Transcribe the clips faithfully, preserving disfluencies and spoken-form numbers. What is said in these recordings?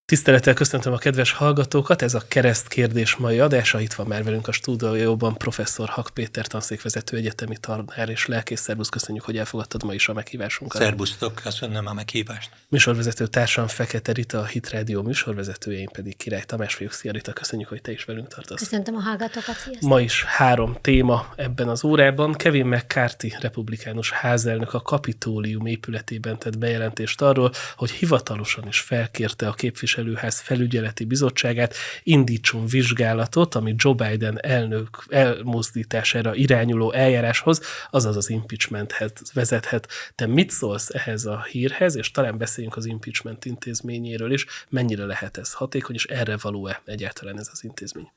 Tisztelettel köszöntöm a kedves hallgatókat, ez a Kereszt kérdés mai adása. Itt van már velünk a stúdióban professzor Hak Péter, tanszékvezető, egyetemi tanár és lelkész. Szerbusz, köszönjük, hogy elfogadtad ma is a meghívásunkat. Szerbusztok, köszönöm a meghívást. Műsorvezető társam Fekete Rita, a Hit Rádió műsorvezetője, én pedig Király Tamás vagyok. Szia Rita, köszönjük, hogy te is velünk tartasz. Köszöntöm a hallgatókat, sziasztok. Ma is három téma ebben az órában. Kevin McCarthy, republikánus házelnök a Kapitólium épületében tett bejelentést arról, hogy hivatalosan is felkérte a képviselőház felügyeleti bizottságát, indítson vizsgálatot, ami Joe Biden elnök elmozdítására irányuló eljáráshoz, azaz az impeachmenthez vezethet. Te mit szólsz ehhez a hírhez, és talán beszéljünk az impeachment intézményéről is, mennyire lehet ez hatékony, és erre való-e egyáltalán ez az intézmény?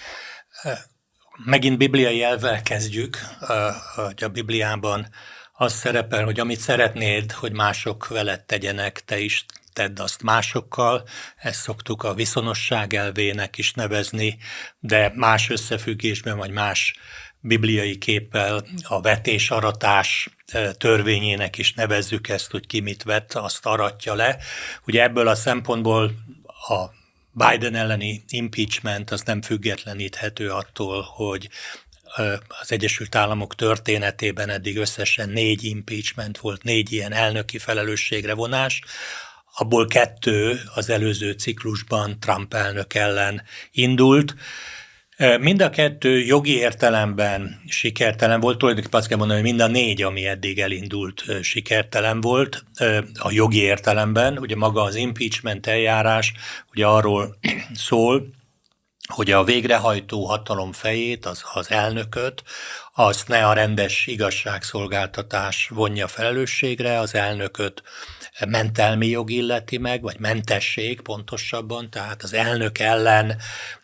Megint bibliai elvvel kezdjük, hogy a Bibliában az szerepel, hogy amit szeretnéd, hogy mások veled tegyenek, te is tedd azt másokkal, ezt szoktuk a viszonosság elvének is nevezni, de más összefüggésben, vagy más bibliai képpel a vetés-aratás törvényének is nevezzük ezt, hogy ki mit vet, azt aratja le. Ugye ebből a szempontból a Biden elleni impeachment az nem függetleníthető attól, hogy az Egyesült Államok történetében eddig összesen négy impeachment volt, négy ilyen elnöki felelősségre vonás, abból kettő az előző ciklusban Trump elnök ellen indult. Mind a kettő jogi értelemben sikertelen volt, tulajdonképpen azt kell mondani, hogy mind a négy, ami eddig elindult, sikertelen volt a jogi értelemben. Ugye maga az impeachment eljárás ugye arról szól, hogy a végrehajtó hatalom fejét, az, az elnököt, azt ne a rendes igazságszolgáltatás vonja felelősségre, az elnököt mentelmi jog illeti meg, vagy mentesség pontosabban, tehát az elnök ellen,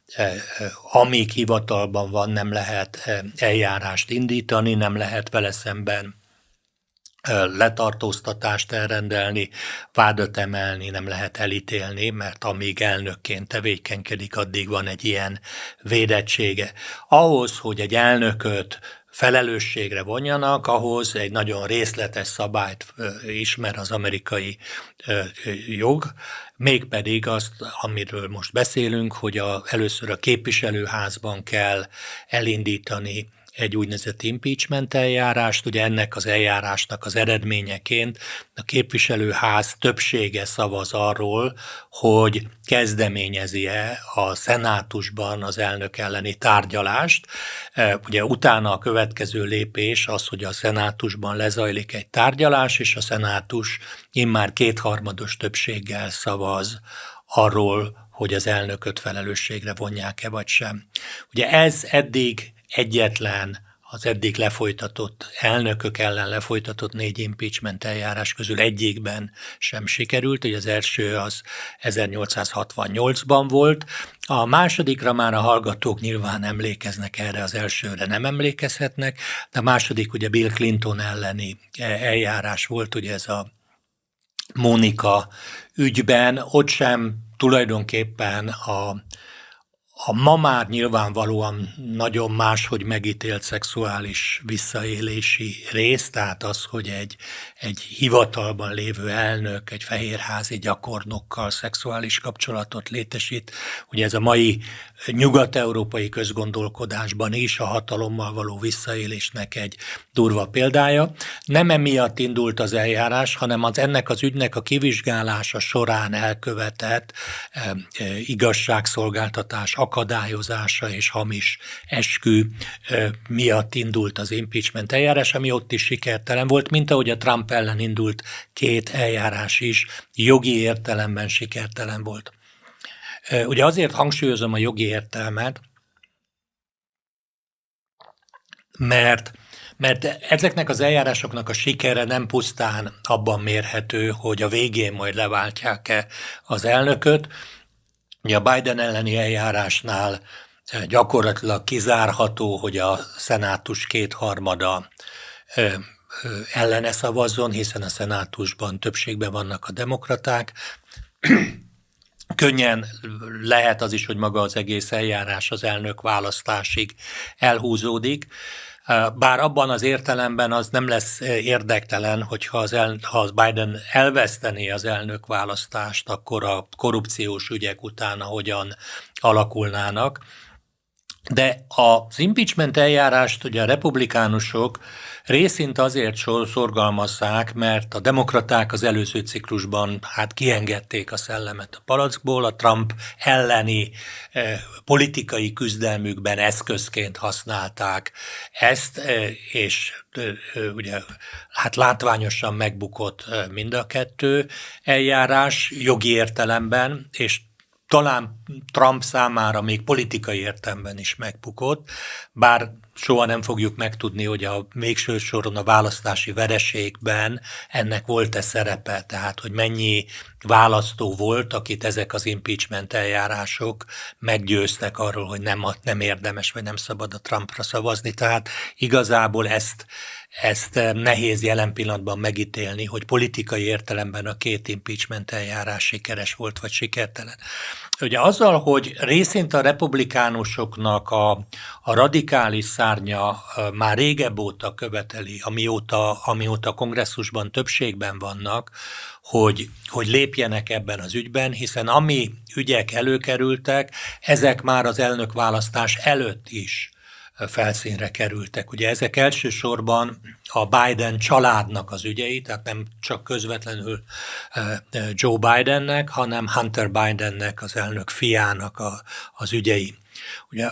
amíg hivatalban van, nem lehet eljárást indítani, nem lehet vele szemben letartóztatást elrendelni, vádat emelni, nem lehet elítélni, mert amíg elnökként tevékenykedik, addig van egy ilyen védettsége. Ahhoz, hogy egy elnököt felelősségre vonjanak, ahhoz egy nagyon részletes szabályt ismer az amerikai jog, mégpedig azt, amiről most beszélünk, hogy a, először a képviselőházban kell elindítani egy úgynevezett impeachment eljárást, ugye ennek az eljárásnak az eredményeként a képviselőház többsége szavaz arról, hogy kezdeményezi-e a szenátusban az elnök elleni tárgyalást. Ugye utána a következő lépés az, hogy a szenátusban lezajlik egy tárgyalás, és a szenátus immár kétharmados többséggel szavaz arról, hogy az elnököt felelősségre vonják-e vagy sem. Ugye ez eddig egyetlen az eddig lefolytatott, elnökök ellen lefolytatott négy impeachment eljárás közül egyikben sem sikerült, ugye az első az ezernyolcszázhatvannyolcban volt, a másodikra már a hallgatók nyilván emlékeznek erre, az elsőre nem emlékezhetnek, de a második ugye Bill Clinton elleni eljárás volt, ugye ez a Mónika ügyben, ott sem tulajdonképpen a A ma már nyilvánvalóan nagyon máshogy megítélt szexuális visszaélési rész, tehát az, hogy egy, egy hivatalban lévő elnök egy fehérházi gyakornokkal szexuális kapcsolatot létesít. Ugye ez a mai nyugat-európai közgondolkodásban is a hatalommal való visszaélésnek egy durva példája. Nem emiatt indult az eljárás, hanem az ennek az ügynek a kivizsgálása során elkövetett e, e, igazságszolgáltatás akadályozása és hamis eskü e, miatt indult az impeachment eljárás, ami ott is sikertelen volt, mint ahogy a Trump ellen indult két eljárás is jogi értelemben sikertelen volt. E, ugye azért hangsúlyozom a jogi értelmet, mert Mert ezeknek az eljárásoknak a sikere nem pusztán abban mérhető, hogy a végén majd leváltják-e az elnököt. Ugye a Biden elleni eljárásnál gyakorlatilag kizárható, hogy a szenátus kétharmada ellene szavazzon, hiszen a szenátusban többségben vannak a demokraták. Könnyen lehet az is, hogy maga az egész eljárás az elnök választásig elhúzódik. Bár abban az értelemben az nem lesz érdektelen, hogyha az, el, ha az Biden elvesztené az elnökválasztást, akkor a korrupciós ügyek utána hogyan alakulnának. De az impeachment eljárást ugye a republikánusok részint azért szorgalmazzák, mert a demokraták az előző ciklusban hát kiengedték a szellemet a palackból, a Trump elleni eh, politikai küzdelmükben eszközként használták ezt, eh, és eh, ugye hát látványosan megbukott eh, mind a kettő eljárás jogi értelemben, és talán Trump számára még politikai értelemben is megbukott, bár soha nem fogjuk megtudni, hogy a végső soron a választási vereségben ennek volt-e szerepe, tehát hogy mennyi választó volt, akit ezek az impeachment eljárások meggyőztek arról, hogy nem, nem érdemes, vagy nem szabad a Trumpra szavazni. Tehát igazából ezt, ezt nehéz jelen pillanatban megítélni, hogy politikai értelemben a két impeachment eljárás sikeres volt, vagy sikertelen. Ugye azzal, hogy részint a republikánusoknak a, a radikális szárnya már régebb óta követeli, amióta, amióta a kongresszusban többségben vannak, hogy, hogy lépjenek ebben az ügyben, hiszen ami ügyek előkerültek, ezek már az elnökválasztás előtt is felszínre kerültek. Ugye ezek elsősorban a Biden családnak az ügyei, tehát nem csak közvetlenül Joe Bidennek, hanem Hunter Bidennek, az elnök fiának a, az ügyei. Ugye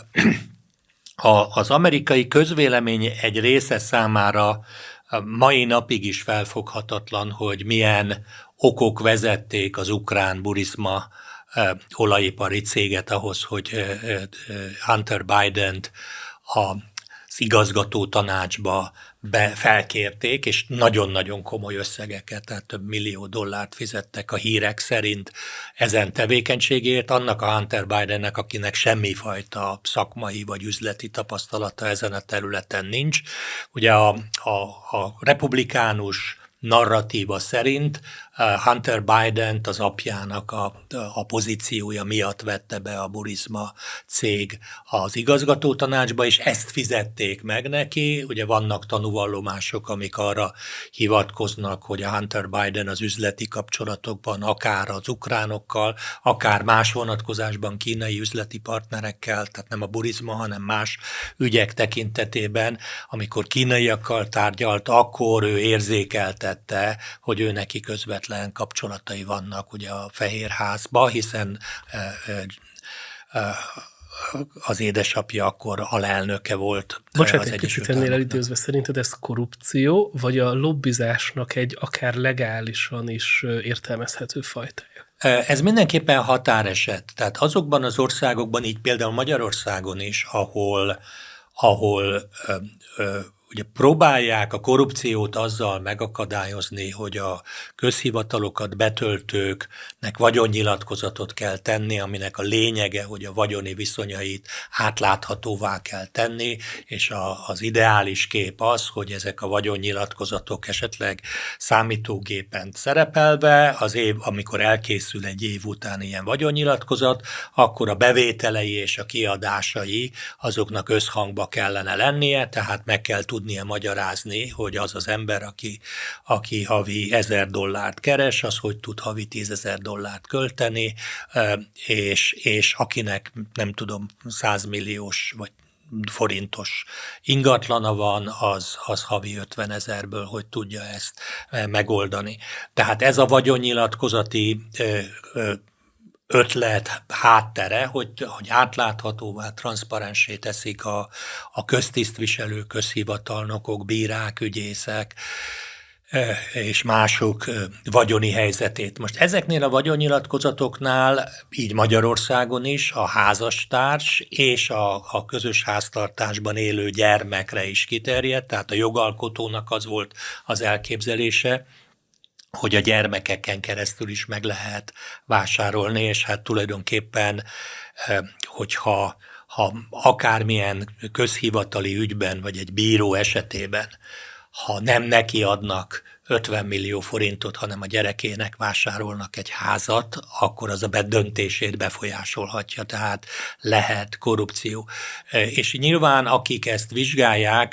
az amerikai közvélemény egy része számára mai napig is felfoghatatlan, hogy milyen okok vezették az ukrán Burisma olajipari céget ahhoz, hogy Hunter Bident az igazgató tanácsba be felkérték, és nagyon-nagyon komoly összegeket, tehát több millió dollárt fizettek a hírek szerint ezen tevékenységért, annak a Hunter Bidennek, akinek semmifajta szakmai vagy üzleti tapasztalata ezen a területen nincs. Ugye a, a, a republikánus narratíva szerint Hunter Bident az apjának a, a pozíciója miatt vette be a Burisma cég az igazgatótanácsba, és ezt fizették meg neki. Ugye vannak tanúvallomások, amik arra hivatkoznak, hogy a Hunter Biden az üzleti kapcsolatokban, akár az ukránokkal, akár más vonatkozásban kínai üzleti partnerekkel, tehát nem a Burisma, hanem más ügyek tekintetében, amikor kínaiakkal tárgyalt, akkor ő érzékeltette, hogy ő neki közvetlenül kapcsolatai vannak ugye a Fehérházba, hiszen az édesapja akkor alelnöke volt. Bocsánat, egy kicsit ennél elidőzve, szerinted ez korrupció, vagy a lobbizásnak egy akár legálisan is értelmezhető fajtája? Ez mindenképpen határeset. Tehát azokban az országokban, így például Magyarországon is, ahol, ahol ö, ö, ugye próbálják a korrupciót azzal megakadályozni, hogy a közhivatalokat betöltőknek vagyonnyilatkozatot kell tenni, aminek a lényege, hogy a vagyoni viszonyait átláthatóvá kell tenni, és a, az ideális kép az, hogy ezek a vagyonnyilatkozatok esetleg számítógépen szerepelve, az év, amikor elkészül egy év után ilyen vagyonnyilatkozat, akkor a bevételei és a kiadásai azoknak összhangba kellene lennie, tehát meg kell tudnia magyarázni, hogy az az ember, aki, aki havi ezer dollárt keres, az hogy tud havi tízezer dollárt költeni, és, és akinek nem tudom, százmilliós vagy forintos ingatlana van, az, az havi ötvenezerből, hogy tudja ezt megoldani. Tehát ez a vagyonnyilatkozati ötlet háttere, hogy, hogy átláthatóvá, transzparensé teszik a, a köztisztviselők, közhivatalnokok, bírák, ügyészek és mások vagyoni helyzetét. Most ezeknél a vagyonnyilatkozatoknál, így Magyarországon is, a házastárs és a, a közös háztartásban élő gyermekre is kiterjedt, tehát a jogalkotónak az volt az elképzelése, hogy a gyermekeken keresztül is meg lehet vásárolni, és hát tulajdonképpen, hogyha ha akármilyen közhivatali ügyben, vagy egy bíró esetében, ha nem neki adnak ötven millió forintot, hanem a gyerekének vásárolnak egy házat, akkor az a bedöntését befolyásolhatja, tehát lehet korrupció. És nyilván akik ezt vizsgálják,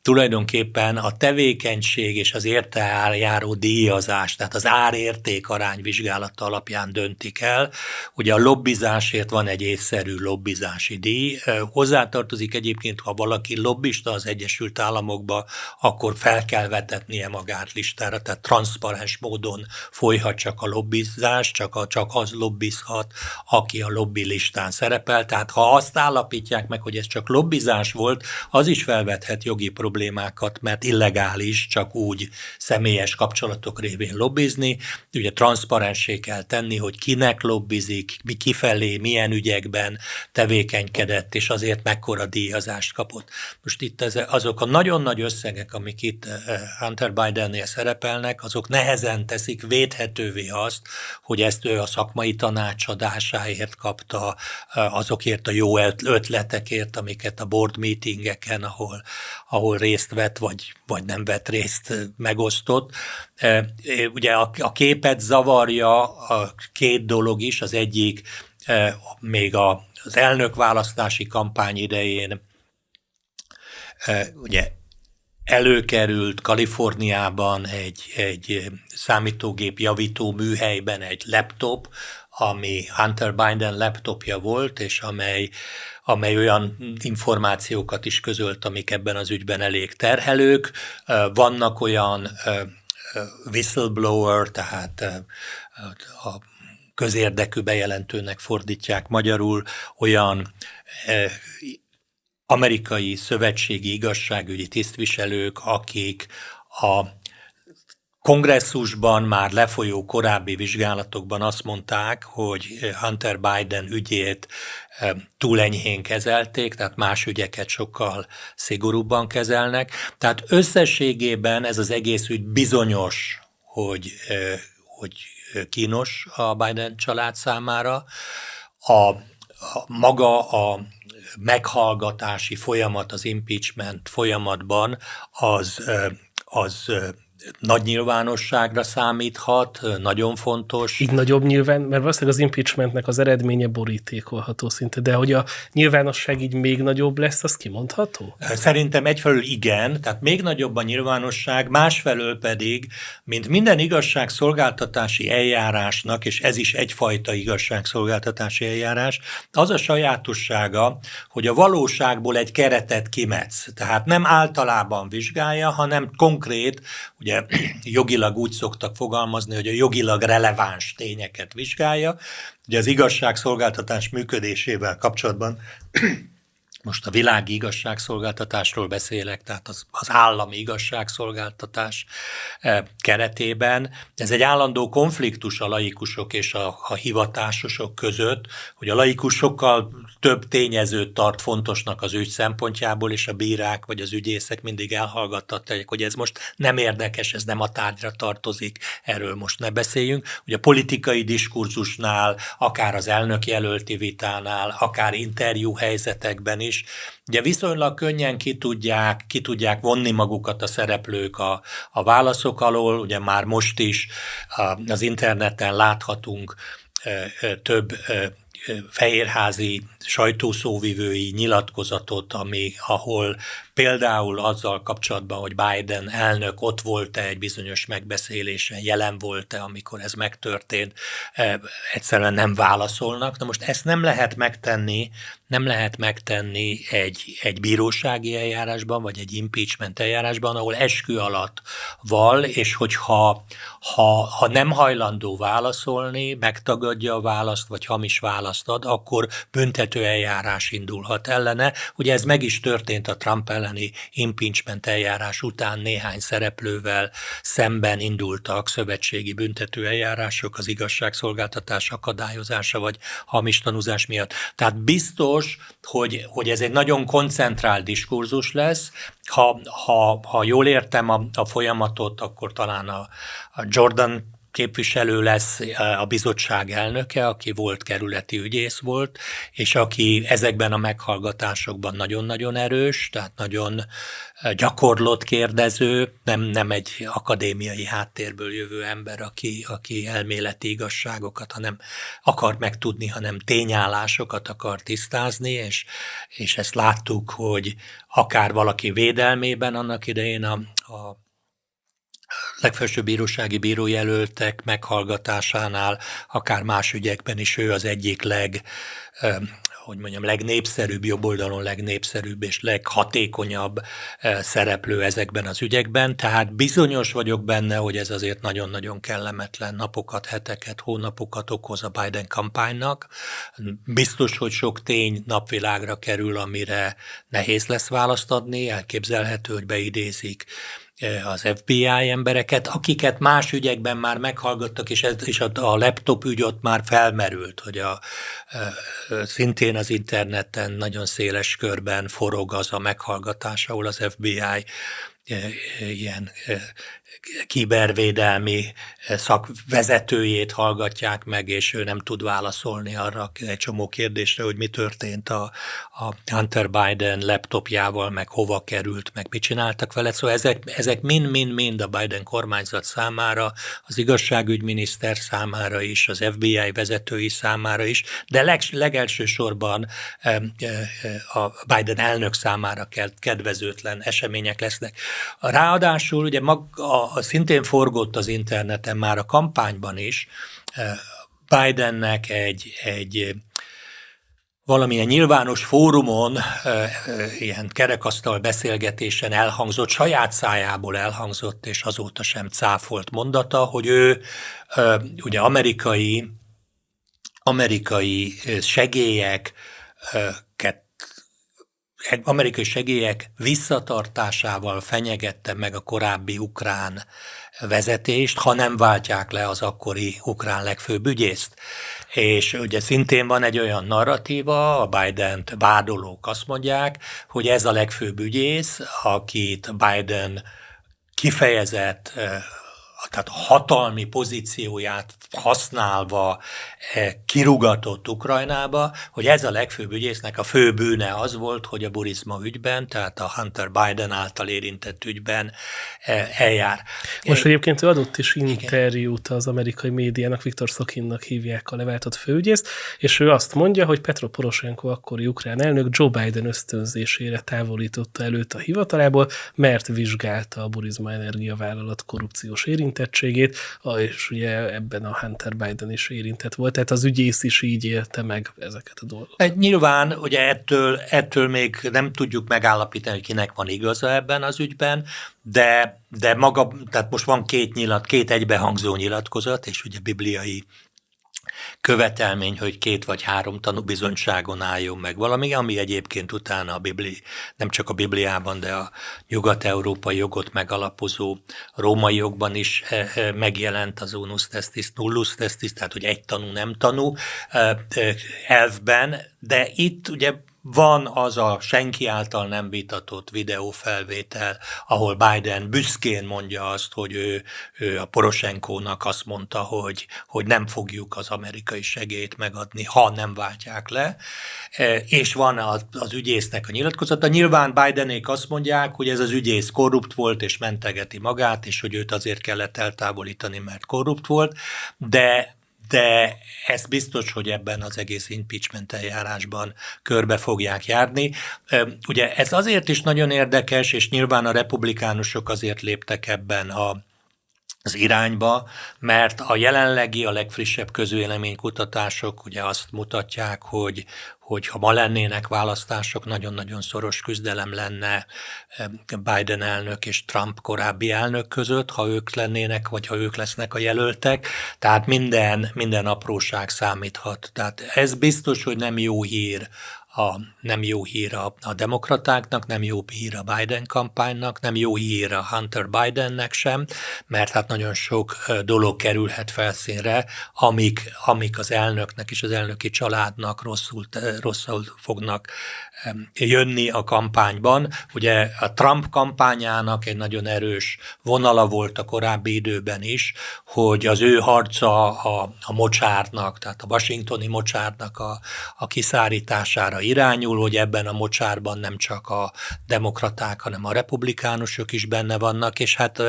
tulajdonképpen a tevékenység és az érte járó díjazás, tehát az árérték arány vizsgálata alapján döntik el. Ugye a lobbizásért van egy észszerű lobbizási díj. Hozzátartozik egyébként, ha valaki lobbista az Egyesült Államokba, akkor fel kell vetetnie magát listára, tehát transzparens módon folyhat csak a lobbizás, csak, a, csak az lobbizhat, aki a lobby listán szerepel. Tehát ha azt állapítják meg, hogy ez csak lobbizás volt, az is felvethet jogi problémákat, mert illegális csak úgy személyes kapcsolatok révén lobbizni. Ugye transzparenssé kell tenni, hogy kinek lobbizik, mi kifelé, milyen ügyekben tevékenykedett, és azért mekkora díjazást kapott. Most itt ez, azok a nagyon nagy összegek, amik itt Hunter Bidennél szerepelnek, azok nehezen teszik védhetővé azt, hogy ezt ő a szakmai tanácsadásáért kapta, azokért a jó ötletekért, amiket a board meetingeken, ahol, ahol részt vett, vagy, vagy nem vett részt, megosztott. Ugye a, a képet zavarja a két dolog is, az egyik még a, az elnökválasztási kampány idején ugye előkerült Kaliforniában egy, egy számítógép javító műhelyben egy laptop, ami Hunter Biden laptopja volt, és amely, amely olyan információkat is közölt, amik ebben az ügyben elég terhelők. Vannak olyan whistleblower, tehát a közérdekű bejelentőnek fordítják magyarul, olyan amerikai szövetségi igazságügyi tisztviselők, akik a kongresszusban már lefolyó korábbi vizsgálatokban azt mondták, hogy Hunter Biden ügyét túl enyhén kezelték, tehát más ügyeket sokkal szigorúbban kezelnek. Tehát összességében ez az egész ügy bizonyos, hogy, hogy kínos a Biden család számára. A, a maga a meghallgatási folyamat, az impeachment folyamatban az, az nagy nyilvánosságra számíthat, nagyon fontos. Így nagyobb nyilván, mert valószínűleg az impeachmentnek az eredménye borítékolható szinte, de hogy a nyilvánosság így még nagyobb lesz, az kimondható? Szerintem egyfelől igen, tehát még nagyobb a nyilvánosság, másfelől pedig, mint minden igazságszolgáltatási eljárásnak, és ez is egyfajta igazságszolgáltatási eljárás, az a sajátossága, hogy a valóságból egy keretet kimetsz. Tehát nem általában vizsgálja, hanem konkrét, ugye jogilag úgy szoktak fogalmazni, hogy a jogilag releváns tényeket vizsgálja. Ugye az igazságszolgáltatás működésével kapcsolatban most a világi igazságszolgáltatásról beszélek, tehát az, az állami igazságszolgáltatás keretében. Ez egy állandó konfliktus a laikusok és a, a hivatásosok között, hogy a laikus sokkal több tényezőt tart fontosnak az ügy szempontjából, és a bírák vagy az ügyészek mindig elhallgattatják, hogy ez most nem érdekes, ez nem a tárgyra tartozik, erről most ne beszéljünk. Ugye a politikai diskurzusnál, akár az elnökjelölti vitánál, akár interjú helyzetekben is, ugye viszonylag könnyen ki tudják, ki tudják vonni magukat a szereplők a, a válaszok alól, ugye már most is az interneten láthatunk több fehérházi sajtószóvivői nyilatkozatot, ami, ahol például azzal kapcsolatban, hogy Biden elnök ott volt-e egy bizonyos megbeszélésen, jelen volt-e, amikor ez megtörtént, egyszerűen nem válaszolnak. Na most ezt nem lehet megtenni, nem lehet megtenni egy, egy bírósági eljárásban, vagy egy impeachment eljárásban, ahol eskü alatt val, és hogyha ha, ha nem hajlandó válaszolni, megtagadja a választ, vagy hamis választ ad, akkor büntető eljárás indulhat ellene. Ugye ez meg is történt a Trump elleni impeachment eljárás után, néhány szereplővel szemben indultak szövetségi büntető eljárások az igazságszolgáltatás akadályozása vagy hamis tanúzás miatt. Tehát biztos, hogy, hogy ez egy nagyon koncentrált diskurzus lesz. Ha, ha, ha jól értem a, a folyamatot, akkor talán a, a Jordan képviselő lesz a bizottság elnöke, aki volt kerületi ügyész volt, és aki ezekben a meghallgatásokban nagyon-nagyon erős, tehát nagyon gyakorlott kérdező, nem, nem egy akadémiai háttérből jövő ember, aki, aki elméleti igazságokat, hanem akar megtudni, hanem tényállásokat akar tisztázni, és, és ezt láttuk, hogy akár valaki védelmében annak idején a, a legfelsőbb bírósági bírójelöltek meghallgatásánál, akár más ügyekben is ő az egyik leg, hogy mondjam, legnépszerűbb, jobb oldalon legnépszerűbb és leghatékonyabb szereplő ezekben az ügyekben. Tehát bizonyos vagyok benne, hogy ez azért nagyon-nagyon kellemetlen napokat, heteket, hónapokat okoz a Biden kampánynak. Biztos, hogy sok tény napvilágra kerül, amire nehéz lesz választ adni, elképzelhető, hogy beidézik az ef bé i embereket, akiket más ügyekben már meghallgattak, és, ez, és a, a laptop ügy ott már felmerült, hogy a, a, szintén az interneten nagyon széles körben forog az a meghallgatás, ahol az ef bé i ilyen kibervédelmi szakvezetőjét hallgatják meg, és ő nem tud válaszolni arra egy csomó kérdésre, hogy mi történt a, a Hunter Biden laptopjával, meg hova került, meg mit csináltak vele. Szóval ezek, ezek mind-mind-mind a Biden kormányzat számára, az igazságügyminiszter számára is, az ef bé i vezetői számára is, de leg, legelsősorban a Biden elnök számára kedvezőtlen események lesznek. Ráadásul ugye maga a, szintén forgott az interneten már a kampányban is, Bidennek egy, egy valamilyen nyilvános fórumon, ilyen kerekasztal beszélgetésen elhangzott, saját szájából elhangzott, és azóta sem cáfolt mondata, hogy ő ugye amerikai, amerikai segélyeket amerikai segélyek visszatartásával fenyegette meg a korábbi ukrán vezetést, ha nem váltják le az akkori ukrán legfőbb ügyészt. És ugye szintén van egy olyan narratíva, a Bident vádolók azt mondják, hogy ez a legfőbb ügyész, akit Biden kifejezett, tehát a hatalmi pozícióját használva kirúgatott Ukrajnába, hogy ez a legfőbb ügyésznek a fő bűne az volt, hogy a Burisma ügyben, tehát a Hunter Biden által érintett ügyben eljár. Most egyébként ő adott is interjút az amerikai médiának, Viktor Szokinnak hívják a leváltott főügyészt, és ő azt mondja, hogy Petro Poroshenko akkori ukrán elnök Joe Biden ösztönzésére távolította előtt a hivatalából, mert vizsgálta a Burisma energiavállalat korrupciós érintettségét, és ugye ebben a Hunter Biden is érintett volt, tehát az ügyész is így élte meg ezeket a dolgokat. Nyilván, ugye ettől, ettől még nem tudjuk megállapítani, hogy kinek van igaza ebben az ügyben, de, de maga, tehát most van két nyilat, két egybehangzó nyilatkozat, és ugye bibliai követelmény, hogy két vagy három tanúbizonyságon álljon meg valami, ami egyébként utána a Bibli, nem csak a Bibliában, de a nyugat-európai jogot megalapozó római jogban is megjelent az unus testis, nullus testis, tehát hogy egy tanú, nem tanú elvben, de itt ugye van az a senki által nem vitatott videófelvétel, ahol Biden büszkén mondja azt, hogy ő, ő a Poroshenkónak azt mondta, hogy, hogy nem fogjuk az amerikai segélyt megadni, ha nem váltják le. És van az, az ügyésznek a nyilatkozata. Nyilván Bidenék azt mondják, hogy ez az ügyész korrupt volt, és mentegeti magát, és hogy őt azért kellett eltávolítani, mert korrupt volt, de de ez biztos, hogy ebben az egész impeachment eljárásban körbe fogják járni. Ugye ez azért is nagyon érdekes, és nyilván a republikánusok azért léptek ebben a az irányba, mert a jelenlegi, a legfrissebb közvéleménykutatások ugye azt mutatják, hogy, hogy ha ma lennének választások, nagyon-nagyon szoros küzdelem lenne Biden elnök és Trump korábbi elnök között, ha ők lennének, vagy ha ők lesznek a jelöltek. Tehát minden, minden apróság számíthat. Tehát ez biztos, hogy nem jó hír A, nem jó hír a, a demokratáknak, nem jó hír a Biden kampánynak, nem jó hír a Hunter Bidennek sem, mert hát nagyon sok dolog kerülhet felszínre, amik, amik az elnöknek és az elnöki családnak rosszul, rosszul fognak jönni a kampányban. Ugye a Trump kampányának egy nagyon erős vonala volt a korábbi időben is, hogy az ő harca a, a mocsárnak, tehát a washingtoni mocsárnak a, a kiszárítására irányul, hogy ebben a mocsárban nem csak a demokraták, hanem a republikánusok is benne vannak, és hát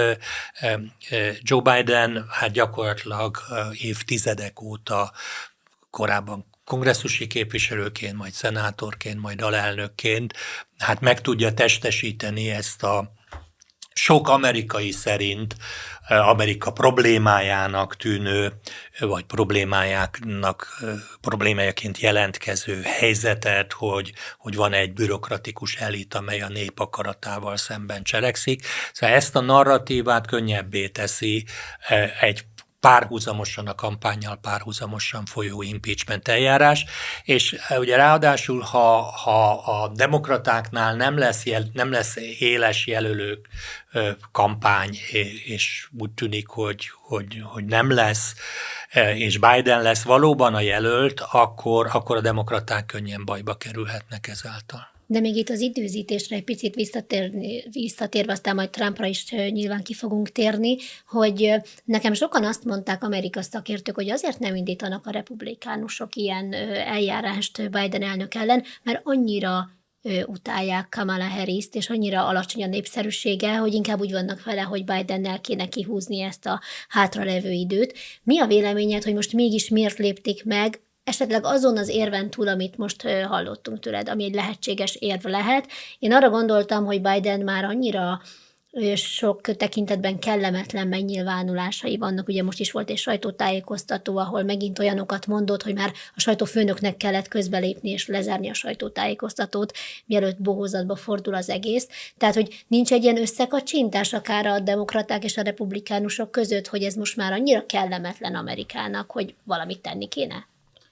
Joe Biden hát gyakorlatilag évtizedek óta korábban kongresszusi képviselőként, majd szenátorként, majd alelnökként, hát meg tudja testesíteni ezt a sok amerikai szerint Amerika problémájának tűnő, vagy problémájának, problémájaként jelentkező helyzetet, hogy, hogy van egy bürokratikus elit, amely a nép akaratával szemben cselekszik. Szóval ezt a narratívát könnyebbé teszi egy párhuzamosan a kampánnyal párhuzamosan folyó impeachment eljárás, és ugye ráadásul, ha, ha a demokratáknál nem lesz, jel, nem lesz éles jelölők kampány, és úgy tűnik, hogy, hogy, hogy nem lesz, és Biden lesz valóban a jelölt, akkor, akkor a demokraták könnyen bajba kerülhetnek ezáltal. De még itt az időzítésre egy picit visszatérni, visszatérve, aztán majd Trumpra is nyilván ki fogunk térni, hogy nekem sokan azt mondták, Amerika szakértők, hogy azért nem indítanak a republikánusok ilyen eljárást Biden elnök ellen, mert annyira utálják Kamala Harrist, és annyira alacsony a népszerűsége, hogy inkább úgy vannak vele, hogy Bidennel kéne kihúzni ezt a hátralevő időt. Mi a véleményed, hogy most mégis miért lépték meg, esetleg azon az érven túl, amit most hallottunk tőled, ami egy lehetséges érv lehet? Én arra gondoltam, hogy Biden már annyira sok tekintetben kellemetlen megnyilvánulásai vannak. Ugye most is volt egy sajtótájékoztató, ahol megint olyanokat mondott, hogy már a sajtófőnöknek kellett közbelépni és lezárni a sajtótájékoztatót, mielőtt bohózatba fordul az egész. Tehát, hogy nincs egy ilyen összekacsintás akár a demokraták és a republikánusok között, hogy ez most már annyira kellemetlen Amerikának, hogy valamit tenni kéne?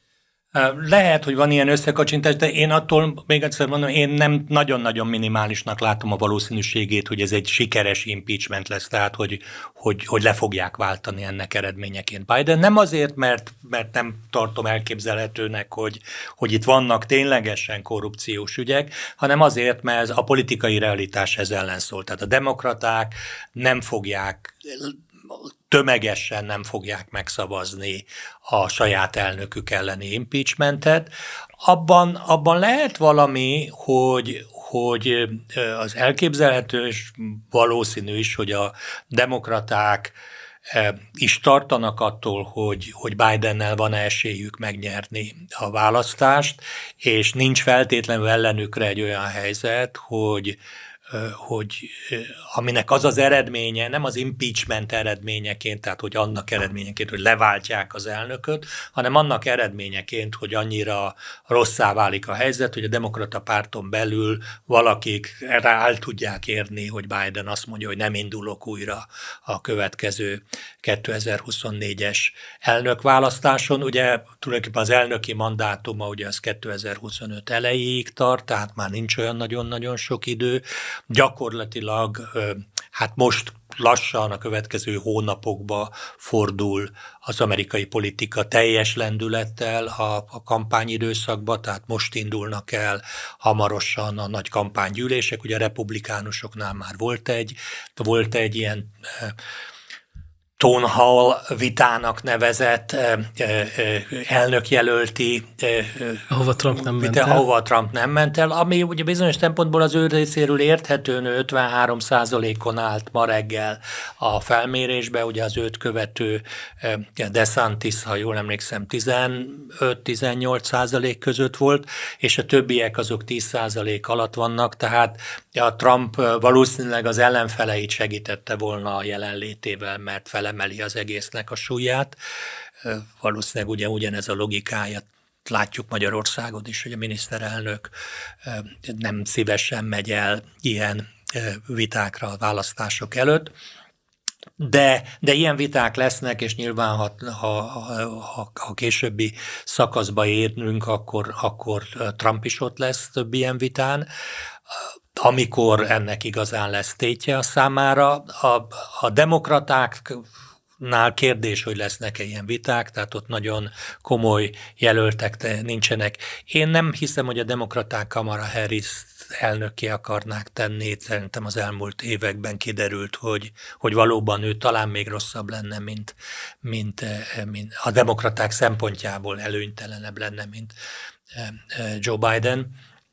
Lehet, hogy van ilyen összekacsintás, de én attól, még egyszer mondom, én nem nagyon-nagyon minimálisnak látom a valószínűségét, hogy ez egy sikeres impeachment lesz, tehát hogy, hogy, hogy le fogják váltani ennek eredményeként Biden. Nem azért, mert, mert nem tartom elképzelhetőnek, hogy, hogy itt vannak ténylegesen korrupciós ügyek, hanem azért, mert a politikai realitás ez ellen szól. Tehát a demokraták nem fogják tömegesen nem fogják megszavazni a saját elnökük elleni impeachmentet. Abban, abban lehet valami, hogy, hogy az elképzelhető és valószínű is, hogy a demokraták is tartanak attól, hogy, hogy Bidennel van esélyük megnyerni a választást, és nincs feltétlenül ellenükre egy olyan helyzet, hogy hogy aminek az az eredménye, nem az impeachment eredményeként, tehát hogy annak eredményeként, hogy leváltják az elnököt, hanem annak eredményeként, hogy annyira rosszá válik a helyzet, hogy a demokrata párton belül valakik rá el tudják érni, hogy Biden azt mondja, hogy nem indulok újra a következő kétezer-huszonnégyes elnökválasztáson. Ugye tulajdonképpen az elnöki mandátuma ugye az kétezer-huszonöt elejéig tart, tehát már nincs olyan nagyon-nagyon sok idő. Gyakorlatilag hát most lassan a következő hónapokba fordul az amerikai politika teljes lendülettel a, a kampányidőszakba, tehát most indulnak el hamarosan a nagy kampánygyűlések. Ugye a republikánusoknál már volt egy, volt egy ilyen Town Hall vitának nevezett elnökjelölti, ahova Trump nem ment el. ahova Trump nem ment el, ami ugye bizonyos szempontból az ő részéről érthetően ötvenhárom százalékon állt ma reggel a felmérésbe, ugye az őt követő DeSantis, ha jól emlékszem, tizenöt-tizennyolc százalék között volt, és a többiek azok tíz százalék alatt vannak, tehát a Trump valószínűleg az ellenfeleit segítette volna a jelenlétével, mert felemeli az egésznek a súlyát. Valószínűleg ugye ugyanez a logikája látjuk Magyarországon is, hogy a miniszterelnök nem szívesen megy el ilyen vitákra a választások előtt. De, de ilyen viták lesznek, és nyilván, ha, ha, ha, ha későbbi szakaszba érnünk, akkor, akkor Trump is ott lesz több ilyen vitán. Amikor ennek igazán lesz tétje a számára. A, a demokraták Nál kérdés, hogy lesznek-e ilyen viták, tehát ott nagyon komoly jelöltek nincsenek. Én nem hiszem, hogy a demokraták Kamala Harris elnökké akarnák tenni. Szerintem az elmúlt években kiderült, hogy, hogy valóban ő talán még rosszabb lenne, mint, mint, mint a demokraták szempontjából előnytelenebb lenne, mint Joe Biden.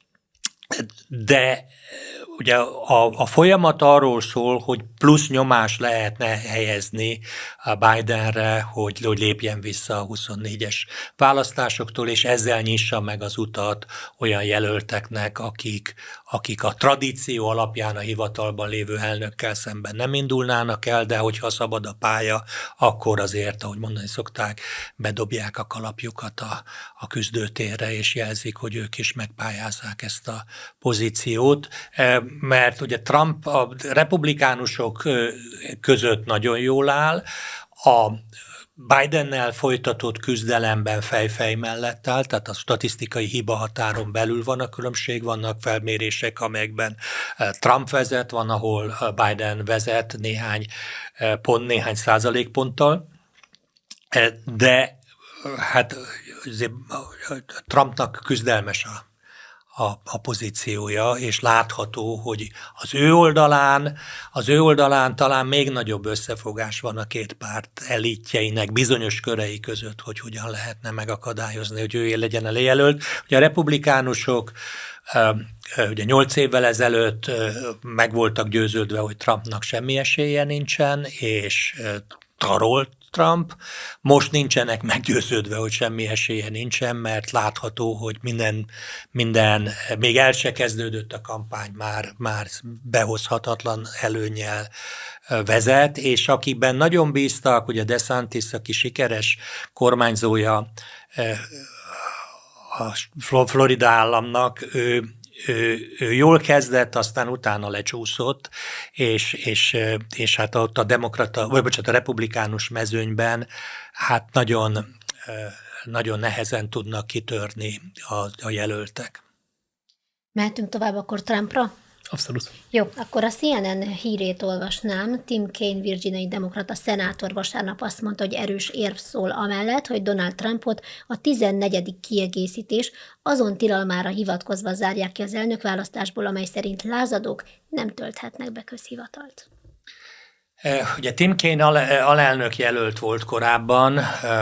De ugye a, a folyamat arról szól, hogy plusz nyomás lehetne helyezni a Bidenre, hogy, hogy lépjen vissza a huszonnégyes választásoktól, és ezzel nyissa meg az utat olyan jelölteknek, akik, akik a tradíció alapján a hivatalban lévő elnökkel szemben nem indulnának el, de hogyha szabad a pálya, akkor azért, ahogy mondani szokták, bedobják a kalapjukat a, a küzdőtérre, és jelzik, hogy ők is megpályázzák ezt a pozíciót, mert ugye Trump a republikánusok között nagyon jól áll, a Bidennel folytatott küzdelemben fej-fej mellett áll, tehát a statisztikai hiba határon belül van a különbség, vannak felmérések, amelyekben Trump vezet, van, ahol Biden vezet néhány pont, néhány százalékponttal, de hát Trumpnak küzdelmes a A, a pozíciója, és látható, hogy az ő oldalán, az ő oldalán talán még nagyobb összefogás van a két párt elitjeinek bizonyos körei között, hogy hogyan lehetne megakadályozni, hogy ő legyen a jelölt. Ugye a republikánusok ugye nyolc évvel ezelőtt meg voltak győződve, hogy Trumpnak semmi esélye nincsen, és tarolt Trump. Most nincsenek meggyőződve, hogy semmi esélye nincsen, mert látható, hogy minden, minden még el se kezdődött a kampány, már, már behozhatatlan előnnyel vezet, és akikben nagyon bíztak, ugye DeSantis, aki sikeres kormányzója a Florida államnak, ő Ő, ő jól kezdett, aztán utána lecsúszott, és, és, és hát ott a demokrata, vagy bocsánat, a republikánus mezőnyben hát nagyon, nagyon nehezen tudnak kitörni a, a jelöltek. Mehetünk tovább akkor Trumpra? Abszolút. Jó, akkor a C N N hírét olvasnám. Tim Kaine, virginiai demokrata szenátor vasárnap azt mondta, hogy erős érv szól amellett, hogy Donald Trumpot a tizennegyedik kiegészítés azon tilalmára hivatkozva zárják ki az elnökválasztásból, amely szerint lázadók nem tölthetnek be közhivatalt. Ugye Tim Kaine alelnök jelölt volt korábban,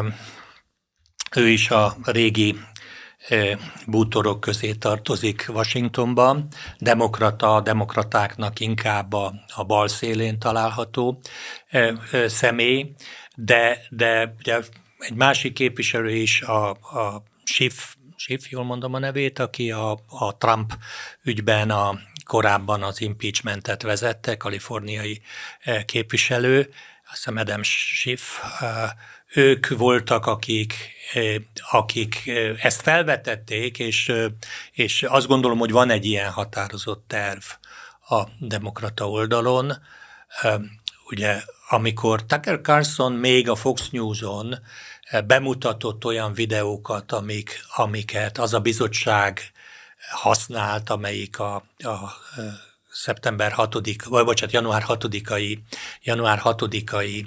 ő is a régi bútorok közé tartozik Washingtonban, demokrata, demokratáknak inkább a, a bal szélén található személy, de, de ugye egy másik képviselő is, a, a Schiff, Schiff, jól mondom a nevét, aki a, a Trump ügyben a, korábban az impeachmentet vezette, kaliforniai képviselő, azt hiszem Adam Schiff, ők voltak, akik, akik ezt felvetették, és, és azt gondolom, hogy van egy ilyen határozott terv a demokrata oldalon. Ugye, amikor Tucker Carlson még a Fox News-on bemutatott olyan videókat, amik, amiket az a bizottság használt, amelyik a, a szeptember hatodika, vagy bocsánat, január hatodikai, január hatodikai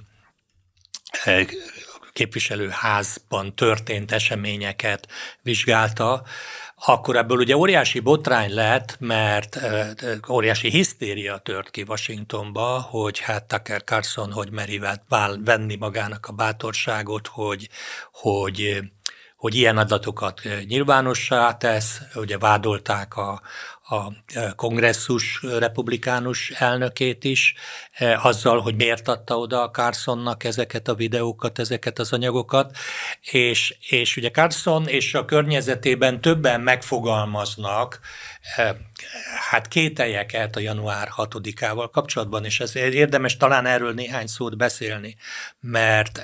képviselőházban történt eseményeket vizsgálta, akkor ebből ugye óriási botrány lett, mert óriási hisztéria tört ki Washingtonba, hogy hát Tucker Carlson hogy meri venni magának a bátorságot, hogy, hogy, hogy ilyen adatokat nyilvánossá tesz, ugye vádolták a, a kongresszus republikánus elnökét is, azzal, hogy miért adta oda a Carlsonnak ezeket a videókat, ezeket az anyagokat, és, és ugye Carlson és a környezetében többen megfogalmaznak hát kételyeket a január hatodikával kapcsolatban, és ez érdemes talán erről néhány szót beszélni, mert,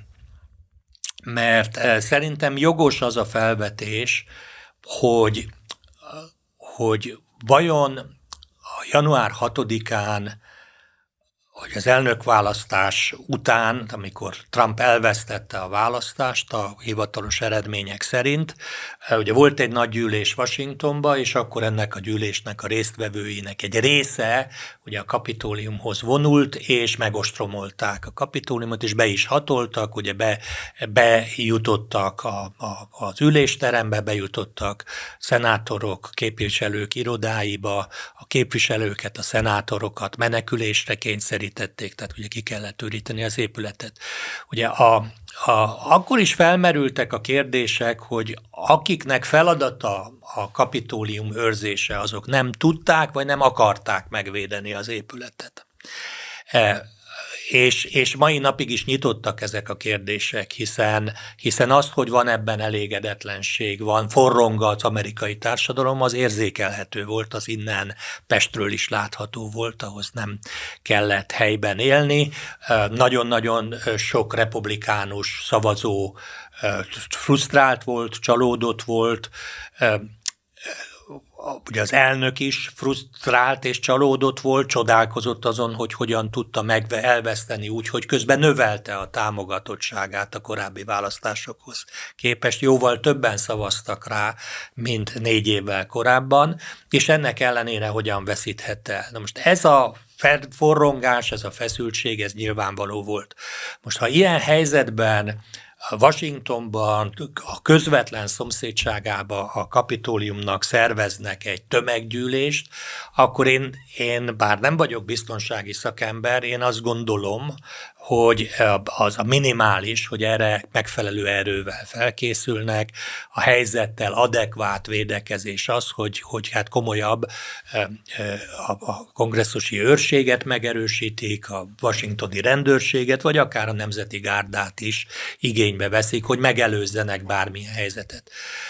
mert szerintem jogos az a felvetés, hogy hogy vajon a január hatodikán hogy az elnökválasztás után, amikor Trump elvesztette a választást a hivatalos eredmények szerint, ugye volt egy nagy gyűlés Washingtonba, és akkor ennek a gyűlésnek a résztvevőinek egy része ugye a Kapitóliumhoz vonult, és megostromolták a Kapitóliumot, és be is hatoltak, ugye be, bejutottak a, a, az ülésterembe, bejutottak szenátorok, képviselők irodáiba, a képviselőket, a szenátorokat menekülésre kényszerítették, tehát ugye ki kellett őríteni az épületet. Ugye a, a, akkor is felmerültek a kérdések, hogy akiknek feladata a Kapitólium őrzése, azok nem tudták, vagy nem akarták megvédeni az épületet. E, És, és mai napig is nyitottak ezek a kérdések, hiszen, hiszen azt, hogy van ebben elégedetlenség, van forrong az amerikai társadalom, az érzékelhető volt, az innen Pestről is látható volt, ahhoz nem kellett helyben élni. Nagyon-nagyon sok republikánus szavazó frusztrált volt, csalódott volt, ugye az elnök is frusztrált és csalódott volt, csodálkozott azon, hogy hogyan tudta meg elveszteni úgy, hogy közben növelte a támogatottságát a korábbi választásokhoz képest. Jóval többen szavaztak rá, mint négy évvel korábban, és ennek ellenére hogyan veszíthette el. Na most ez a forrongás, ez a feszültség, ez nyilvánvaló volt. Most ha ilyen helyzetben Washingtonban, a közvetlen szomszédságába a Kapitóliumnak szerveznek egy tömeggyűlést, akkor én, én bár nem vagyok biztonsági szakember, én azt gondolom, hogy az a minimális, hogy erre megfelelő erővel felkészülnek, a helyzettel adekvát védekezés az, hogy, hogy hát komolyabb a kongresszusi őrséget megerősítik, a washingtoni rendőrséget, vagy akár a nemzeti gárdát is igénybe veszik, hogy megelőzzenek bármilyen helyzetet.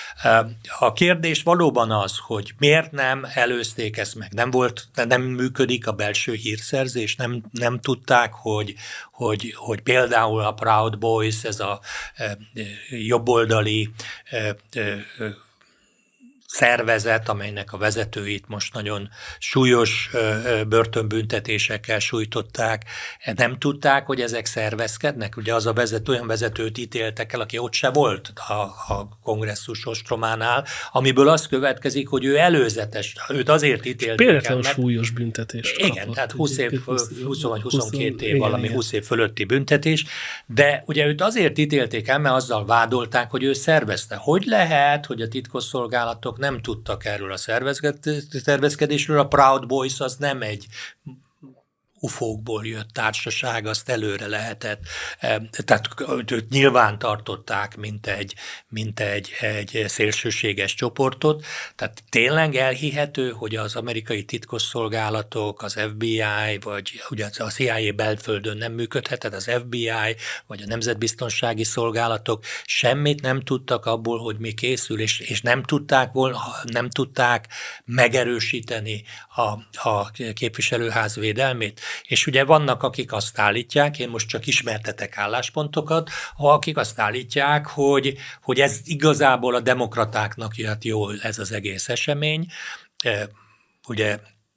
A kérdés valóban az, hogy miért nem előzték ezt meg, nem volt, nem működik a belső hírszerzés, nem, nem tudták, hogy, hogy, hogy például a Proud Boys, ez a e, jobboldali e, e, szervezet, amelynek a vezetőit most nagyon súlyos börtönbüntetésekkel sújtották, nem tudták, hogy ezek szervezkednek. Ugye az a vezető, olyan vezetőt ítéltek el, aki ott se volt a, a kongresszus ostrománál, amiből az következik, hogy ő előzetes, őt azért ítélték el. Például súlyos büntetés. Igen, kapott, tehát húsz év, húsz vagy huszonkét év, valami húsz év fölötti büntetés, de ugye őt azért ítélték el, mert azzal vádolták, hogy ő szervezte. Hogy lehet, hogy a titkosszolgálatok nem tudtak erről a szervezkedésről, a Proud Boys az nem egy ufókból jött társaság, azt előre lehetett. Tehát őt nyilván tartották, mint egy, mint egy, egy szélsőséges csoportot. Tehát tényleg elhihető, hogy az amerikai titkosszolgálatok, az ef bé i, vagy ugye a cé i á belföldön nem működhetett, az ef bé i, vagy a nemzetbiztonsági szolgálatok semmit nem tudtak abból, hogy mi készül, és, és nem tudták volna, nem tudták megerősíteni a, a képviselőház védelmét. És ugye vannak, akik azt állítják, én most csak ismertetek álláspontokat, akik azt állítják, hogy, hogy ez igazából a demokratáknak jött jól ez az egész esemény. Ugye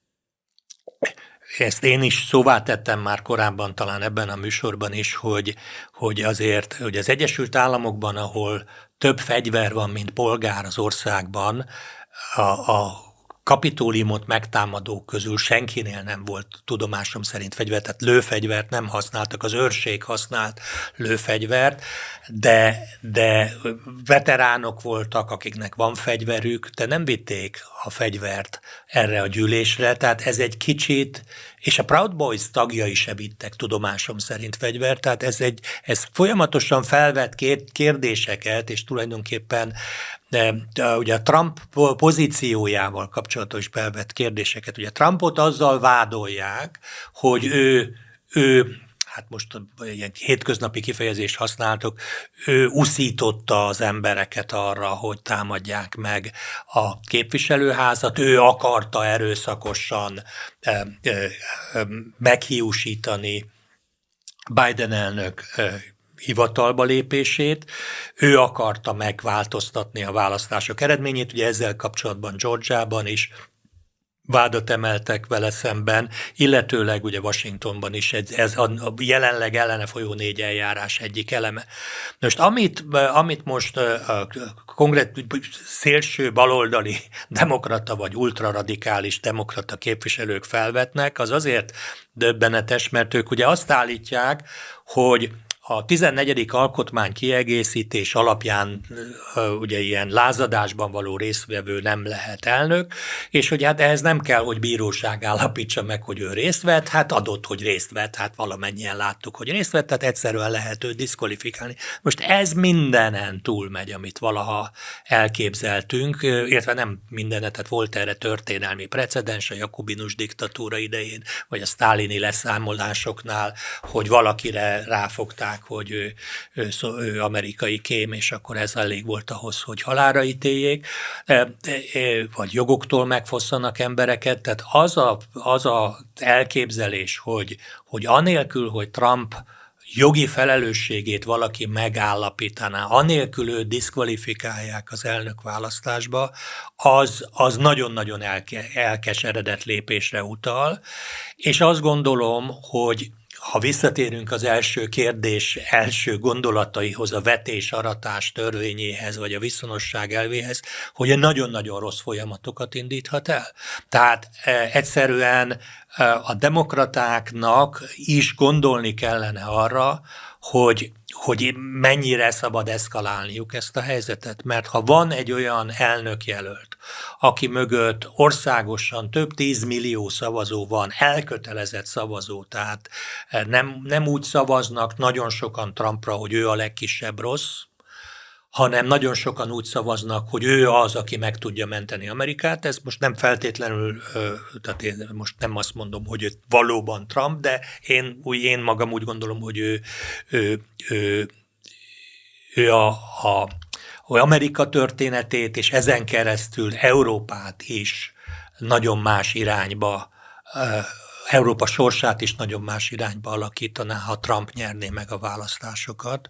ezt én is szóvá tettem már korábban, talán ebben a műsorban is, hogy, hogy azért hogy az Egyesült Államokban, ahol több fegyver van, mint polgár az országban, a, a Kapitóliumot megtámadók közül senkinél nem volt tudomásom szerint fegyvert, tehát lőfegyvert nem használtak, az őrség használt lőfegyvert, de, de veteránok voltak, akiknek van fegyverük, de nem vitték a fegyvert erre a gyűlésre, tehát ez egy kicsit, és a Proud Boys tagjai se vittek tudomásom szerint fegyvert, tehát ez, egy, ez folyamatosan felvet kérdéseket, és tulajdonképpen de, de ugye a Trump pozíciójával kapcsolatos felvett kérdéseket. Ugye Trumpot azzal vádolják, hogy ő, ő hát most ilyen hétköznapi kifejezést használtok, ő uszította az embereket arra, hogy támadják meg a képviselőházat, ő akarta erőszakosan eh, eh, meghiúsítani Biden elnök eh, hivatalba lépését, ő akarta megváltoztatni a választások eredményét, ugye ezzel kapcsolatban Georgiában is vádat emeltek vele szemben, illetőleg ugye Washingtonban is ez, ez a jelenleg ellene folyó négy eljárás egyik eleme. Most amit, amit most a konkrét szélső baloldali demokrata vagy ultraradikális demokrata képviselők felvetnek, az azért döbbenetes, mert ők ugye azt állítják, hogy a tizennegyedik alkotmány kiegészítés alapján ugye ilyen lázadásban való résztvevő nem lehet elnök, és hogy hát ehhez nem kell, hogy bíróság állapítsa meg, hogy ő részt vett, hát adott, hogy részt vett, hát valamennyien láttuk, hogy részt vett, tehát egyszerűen lehet őt diszkvalifikálni. Most ez mindenen túlmegy, amit valaha elképzeltünk, illetve nem mindenen, tehát volt erre történelmi precedens a jakobinus diktatúra idején, vagy a sztálini leszámolásoknál, hogy valakire ráfogták, hogy ő, ő, ő amerikai kém, és akkor ez elég volt ahhoz, hogy halálra ítéljék, vagy jogoktól megfosszanak embereket. Tehát az a, az a elképzelés, hogy, hogy anélkül, hogy Trump jogi felelősségét valaki megállapítaná, anélkül őt diszkvalifikálják az elnökválasztásba, az, az nagyon-nagyon elke, elkeseredett lépésre utal, és azt gondolom, hogy ha visszatérünk az első kérdés első gondolataihoz, a vetés-aratás törvényéhez, vagy a viszonosság elvéhez, hogy egy nagyon-nagyon rossz folyamatokat indíthat el. Tehát e, egyszerűen e, a demokratáknak is gondolni kellene arra, hogy, hogy mennyire szabad eszkalálniuk ezt a helyzetet. Mert ha van egy olyan elnökjelölt, aki mögött országosan több tízmillió szavazó van, elkötelezett szavazó, tehát nem, nem úgy szavaznak nagyon sokan Trumpra, hogy ő a legkisebb rossz, hanem nagyon sokan úgy szavaznak, hogy ő az, aki meg tudja menteni Amerikát. Ez most nem feltétlenül, tehát én most nem azt mondom, hogy ő valóban Trump, de én, úgy, én magam úgy gondolom, hogy ő, ő, ő, ő a, a, a Amerika történetét, és ezen keresztül Európát is nagyon más irányba, Európa sorsát is nagyon más irányba alakítaná, ha Trump nyerné meg a választásokat.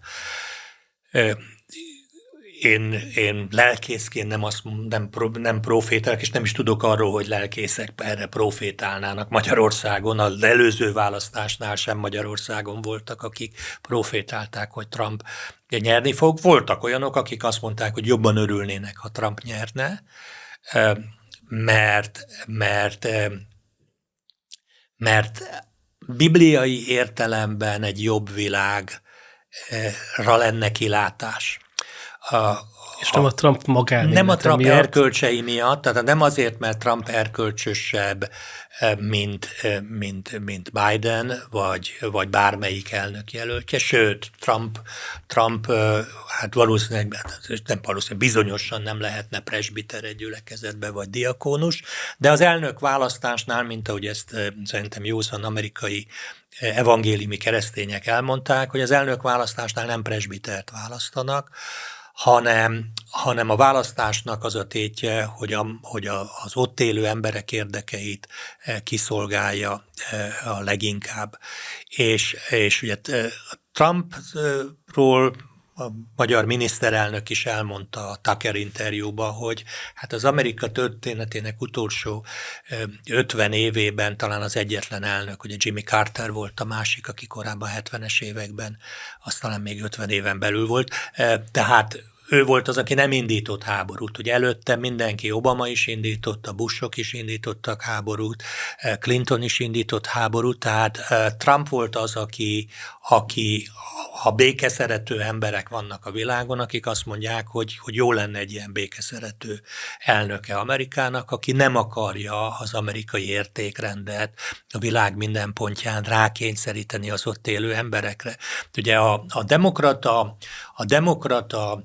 Én, én lelkészként nem, azt, nem, nem profétálok, és nem is tudok arról, hogy lelkészek erre profétálnának Magyarországon. Az előző választásnál sem Magyarországon voltak, akik profétálták, hogy Trump nyerni fog. Voltak olyanok, akik azt mondták, hogy jobban örülnének, ha Trump nyerne, mert, mert, mert bibliai értelemben egy jobb világra lenne kilátás. A, és nem a Trump magánélete Nem a Trump miatt. erkölcsei miatt, tehát nem azért, mert Trump erkölcsösebb, mint, mint, mint Biden, vagy, vagy bármelyik elnök jelöltje, sőt, Trump, Trump hát valószínűleg, nem valószínűleg, bizonyosan nem lehetne presbiter egy gyülekezetbe, vagy diakónus, de az elnök választásnál, mint ahogy ezt szerintem józan amerikai evangéliumi keresztények elmondták, hogy az elnök választásnál nem presbitert választanak, hanem, hanem a választásnak az a tétje, hogy, a, hogy a, az ott élő emberek érdekeit kiszolgálja a leginkább. És, és ugye Trumpról a magyar miniszterelnök is elmondta a Tucker interjúban, hogy hát az Amerika történetének utolsó ötven évében talán az egyetlen elnök, ugye Jimmy Carter volt a másik, aki korábban hetvenes években, az talán még ötven éven belül volt, tehát ő volt az, aki nem indított háborút. Ugye előtte mindenki, Obama is indított, a Bushok is indítottak háborút, Clinton is indított háborút, tehát Trump volt az, aki, aki ha békeszerető emberek vannak a világon, akik azt mondják, hogy, hogy jó lenne egy ilyen békeszerető elnöke Amerikának, aki nem akarja az amerikai értékrendet a világ minden pontján rákényszeríteni az ott élő emberekre. Ugye a, a demokrata, a demokrata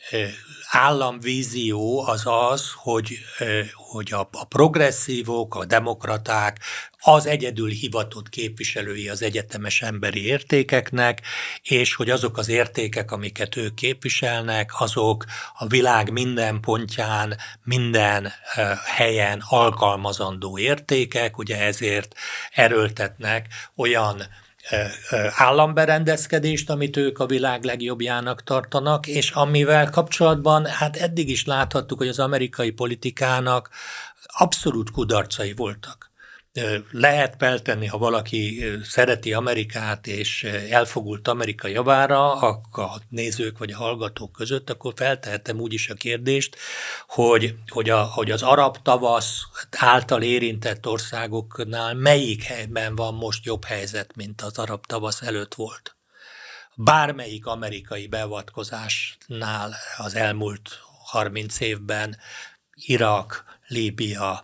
államvízió az az, hogy, hogy a, a progresszívok, a demokraták az egyedül hivatott képviselői az egyetemes emberi értékeknek, és hogy azok az értékek, amiket ők képviselnek, azok a világ minden pontján, minden helyen alkalmazandó értékek, ugye ezért erőltetnek olyan államberendezkedést, amit ők a világ legjobbjának tartanak, és amivel kapcsolatban hát eddig is láthattuk, hogy az amerikai politikának abszolút kudarcai voltak. Lehet feltenni, ha valaki szereti Amerikát és elfogult Amerika javára, akkor a nézők vagy a hallgatók között, akkor feltehetem úgyis a kérdést, hogy, hogy, a, hogy az arab tavasz által érintett országoknál melyik helyben van most jobb helyzet, mint az arab tavasz előtt volt. Bármelyik amerikai beavatkozásnál az elmúlt harminc évben, Irak, Líbia,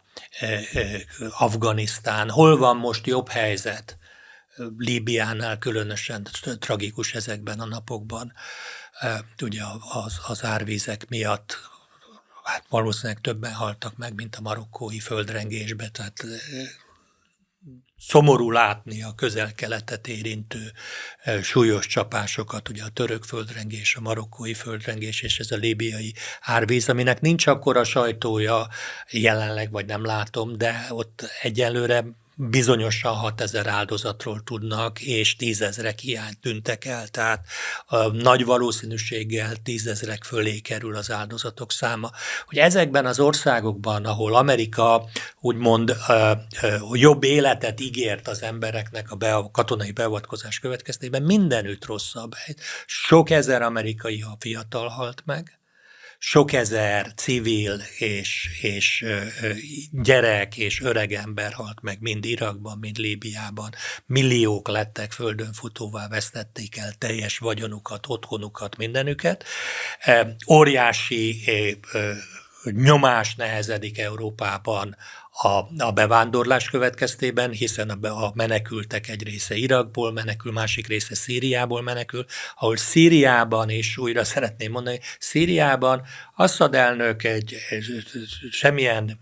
Afganisztán, hol van most jobb helyzet? Líbiánál különösen tragikus ezekben a napokban. Ugye az, az árvízek miatt hát valószínűleg többen haltak meg, mint a marokkói földrengésbe, tehát szomorú látni a közel-keletet érintő súlyos csapásokat, ugye a török földrengés, a marokkói földrengés és ez a líbiai árvíz, aminek nincs akkora sajtója jelenleg, vagy nem látom, de ott egyelőre bizonyosan hatezer áldozatról tudnak, és tízezrek hiányt tűntek el, tehát a nagy valószínűséggel tízezrek fölé kerül az áldozatok száma. Hogy ezekben az országokban, ahol Amerika úgymond jobb életet ígért az embereknek a, be, a katonai beavatkozás következtében, mindenütt rosszabb. Sok ezer amerikai fiatal halt meg, sok ezer civil és, és gyerek és öreg ember halt meg mind Irakban, mind Líbiában. Milliók lettek földönfutóvá, vesztették el teljes vagyonukat, otthonukat, mindenüket. Óriási nyomás nehezedik Európában a, a bevándorlás következtében, hiszen a, a menekültek egy része Irakból menekül, másik része Szíriából menekül, ahol Szíriában is, újra szeretném mondani, Szíriában Assad elnök egy, egy semmilyen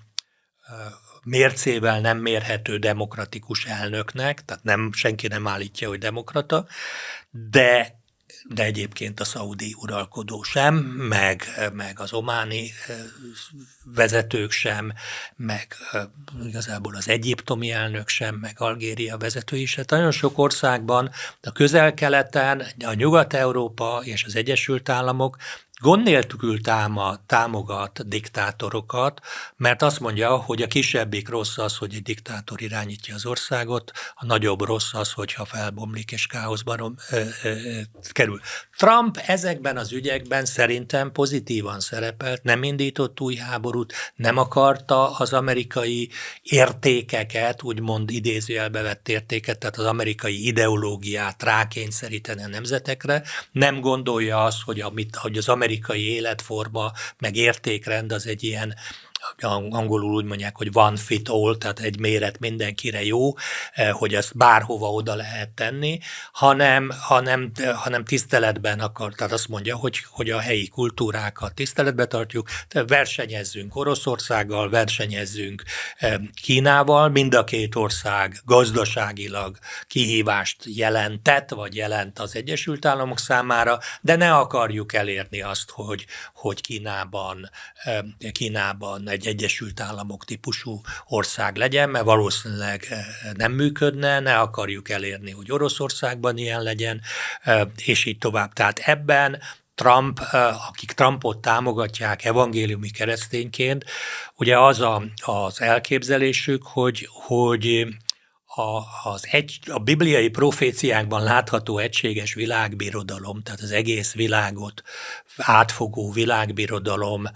mércével nem mérhető demokratikus elnöknek, tehát nem, senki nem állítja, hogy demokrata, de de egyébként a szaudi uralkodó sem, meg, meg az ománi vezetők sem, meg igazából az egyiptomi elnök sem, meg Algéria vezetői is. Hát nagyon sok országban, a Közel-Keleten, a Nyugat-Európa és az Egyesült Államok gond nélkül támogat diktátorokat, mert azt mondja, hogy a kisebbik rossz az, hogy egy diktátor irányítja az országot, a nagyobb rossz az, hogyha felbomlik és káoszban ö, ö, ö, kerül. Trump ezekben az ügyekben szerintem pozitívan szerepelt, nem indított új háborút, nem akarta az amerikai értékeket, úgymond idézőjelbe vett értéket, tehát az amerikai ideológiát rákényszeríteni a nemzetekre, nem gondolja azt, hogy, amit, hogy az amerikai életforma, meg értékrend az egy ilyen, angolul úgy mondják, hogy one fit all, tehát egy méret mindenkire jó, hogy ezt bárhova oda lehet tenni, hanem, hanem, hanem tiszteletben akar, tehát azt mondja, hogy, hogy a helyi kultúrákat tiszteletbe tartjuk, versenyezzünk Oroszországgal, versenyezzünk Kínával, mind a két ország gazdaságilag kihívást jelentett, vagy jelent az Egyesült Államok számára, de ne akarjuk elérni azt, hogy, hogy Kínában, Kínában egy Egyesült Államok típusú ország legyen, mert valószínűleg nem működne, ne akarjuk elérni, hogy Oroszországban ilyen legyen, és így tovább. Tehát ebben Trump, akik Trumpot támogatják evangéliumi keresztényként, ugye az a, az elképzelésük, hogy, hogy a, az egy, a bibliai proféciákban látható egységes világbirodalom, tehát az egész világot átfogó világbirodalom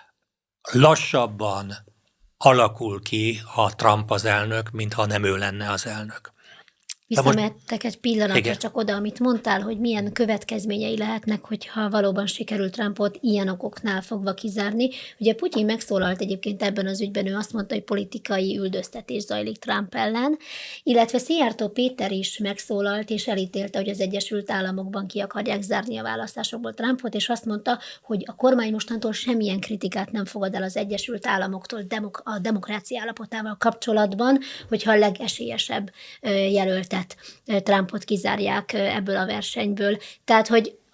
lassabban alakul ki, ha Trump az elnök, mintha nem ő lenne az elnök. Visszamehettek egy pillanatra igen. csak oda, amit mondtál, hogy milyen következményei lehetnek, hogyha valóban sikerült Trumpot ilyen okoknál fogva kizárni. Ugye Putyin megszólalt egyébként ebben az ügyben, ő azt mondta, hogy politikai üldöztetés zajlik Trump ellen, illetve Szijjártó Péter is megszólalt, és elítélte, hogy az Egyesült Államokban ki akarják zárni a választásokból Trumpot, és azt mondta, hogy a kormány mostantól semmilyen kritikát nem fogad el az Egyesült Államoktól demok- a demokrácia állapotával kapcsolatban, hogyha a legesélyesebb jelölt Trumpot kizárják ebből a versenyből. Tehát, hogy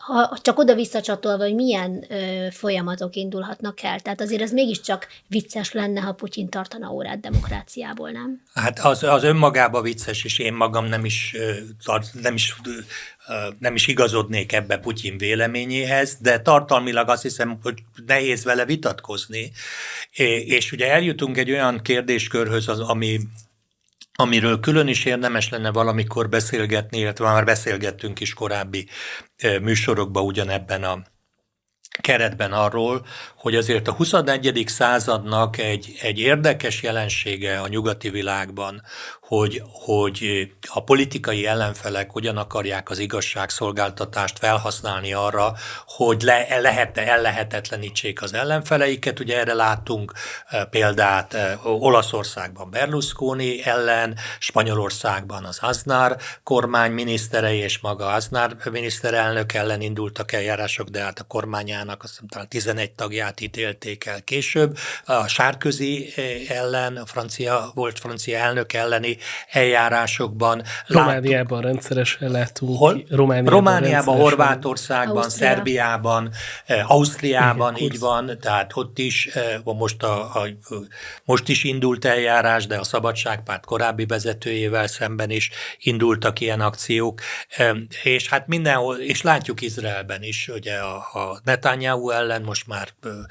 ha csak oda visszacsatolva, hogy milyen ö, folyamatok indulhatnak el. Tehát azért ez mégiscsak vicces lenne, ha Putyin tartana órát demokráciából, nem? Hát az, az önmagában vicces, és én magam nem is, nem is, nem is igazodnék ebbe Putyin véleményéhez, de tartalmilag azt hiszem, hogy nehéz vele vitatkozni. És ugye eljutunk egy olyan kérdéskörhöz, az, ami amiről külön is érdemes lenne valamikor beszélgetni, illetve már beszélgettünk is korábbi műsorokban ugyanebben a keretben arról, hogy azért a huszonegyedik századnak egy, egy érdekes jelensége a nyugati világban, hogy, hogy a politikai ellenfelek hogyan akarják az igazságszolgáltatást felhasználni arra, hogy le, lehet, ellehetetlenítsék az ellenfeleiket. Ugye erre láttunk példát Olaszországban Berlusconi ellen, Spanyolországban az Aznar kormány miniszterei és maga Aznar miniszterelnök ellen indultak eljárások, de hát a kormányának azt hiszem talán tizenegy tagját ítélték el később. A Sarkozy ellen, a francia, volt francia elnök elleni eljárásokban. Romániában láttuk, rendszeresen látunk. Hol? Romániában, Romániában Horvátországban, Ausztria. Szerbiában, Ausztriában Igen, így van, tehát ott is, most, a, a, most is indult eljárás, de a Szabadságpárt korábbi vezetőjével szemben is indultak ilyen akciók, és hát mindenhol, és látjuk Izraelben is, ugye a, a Netanyahu ellen most már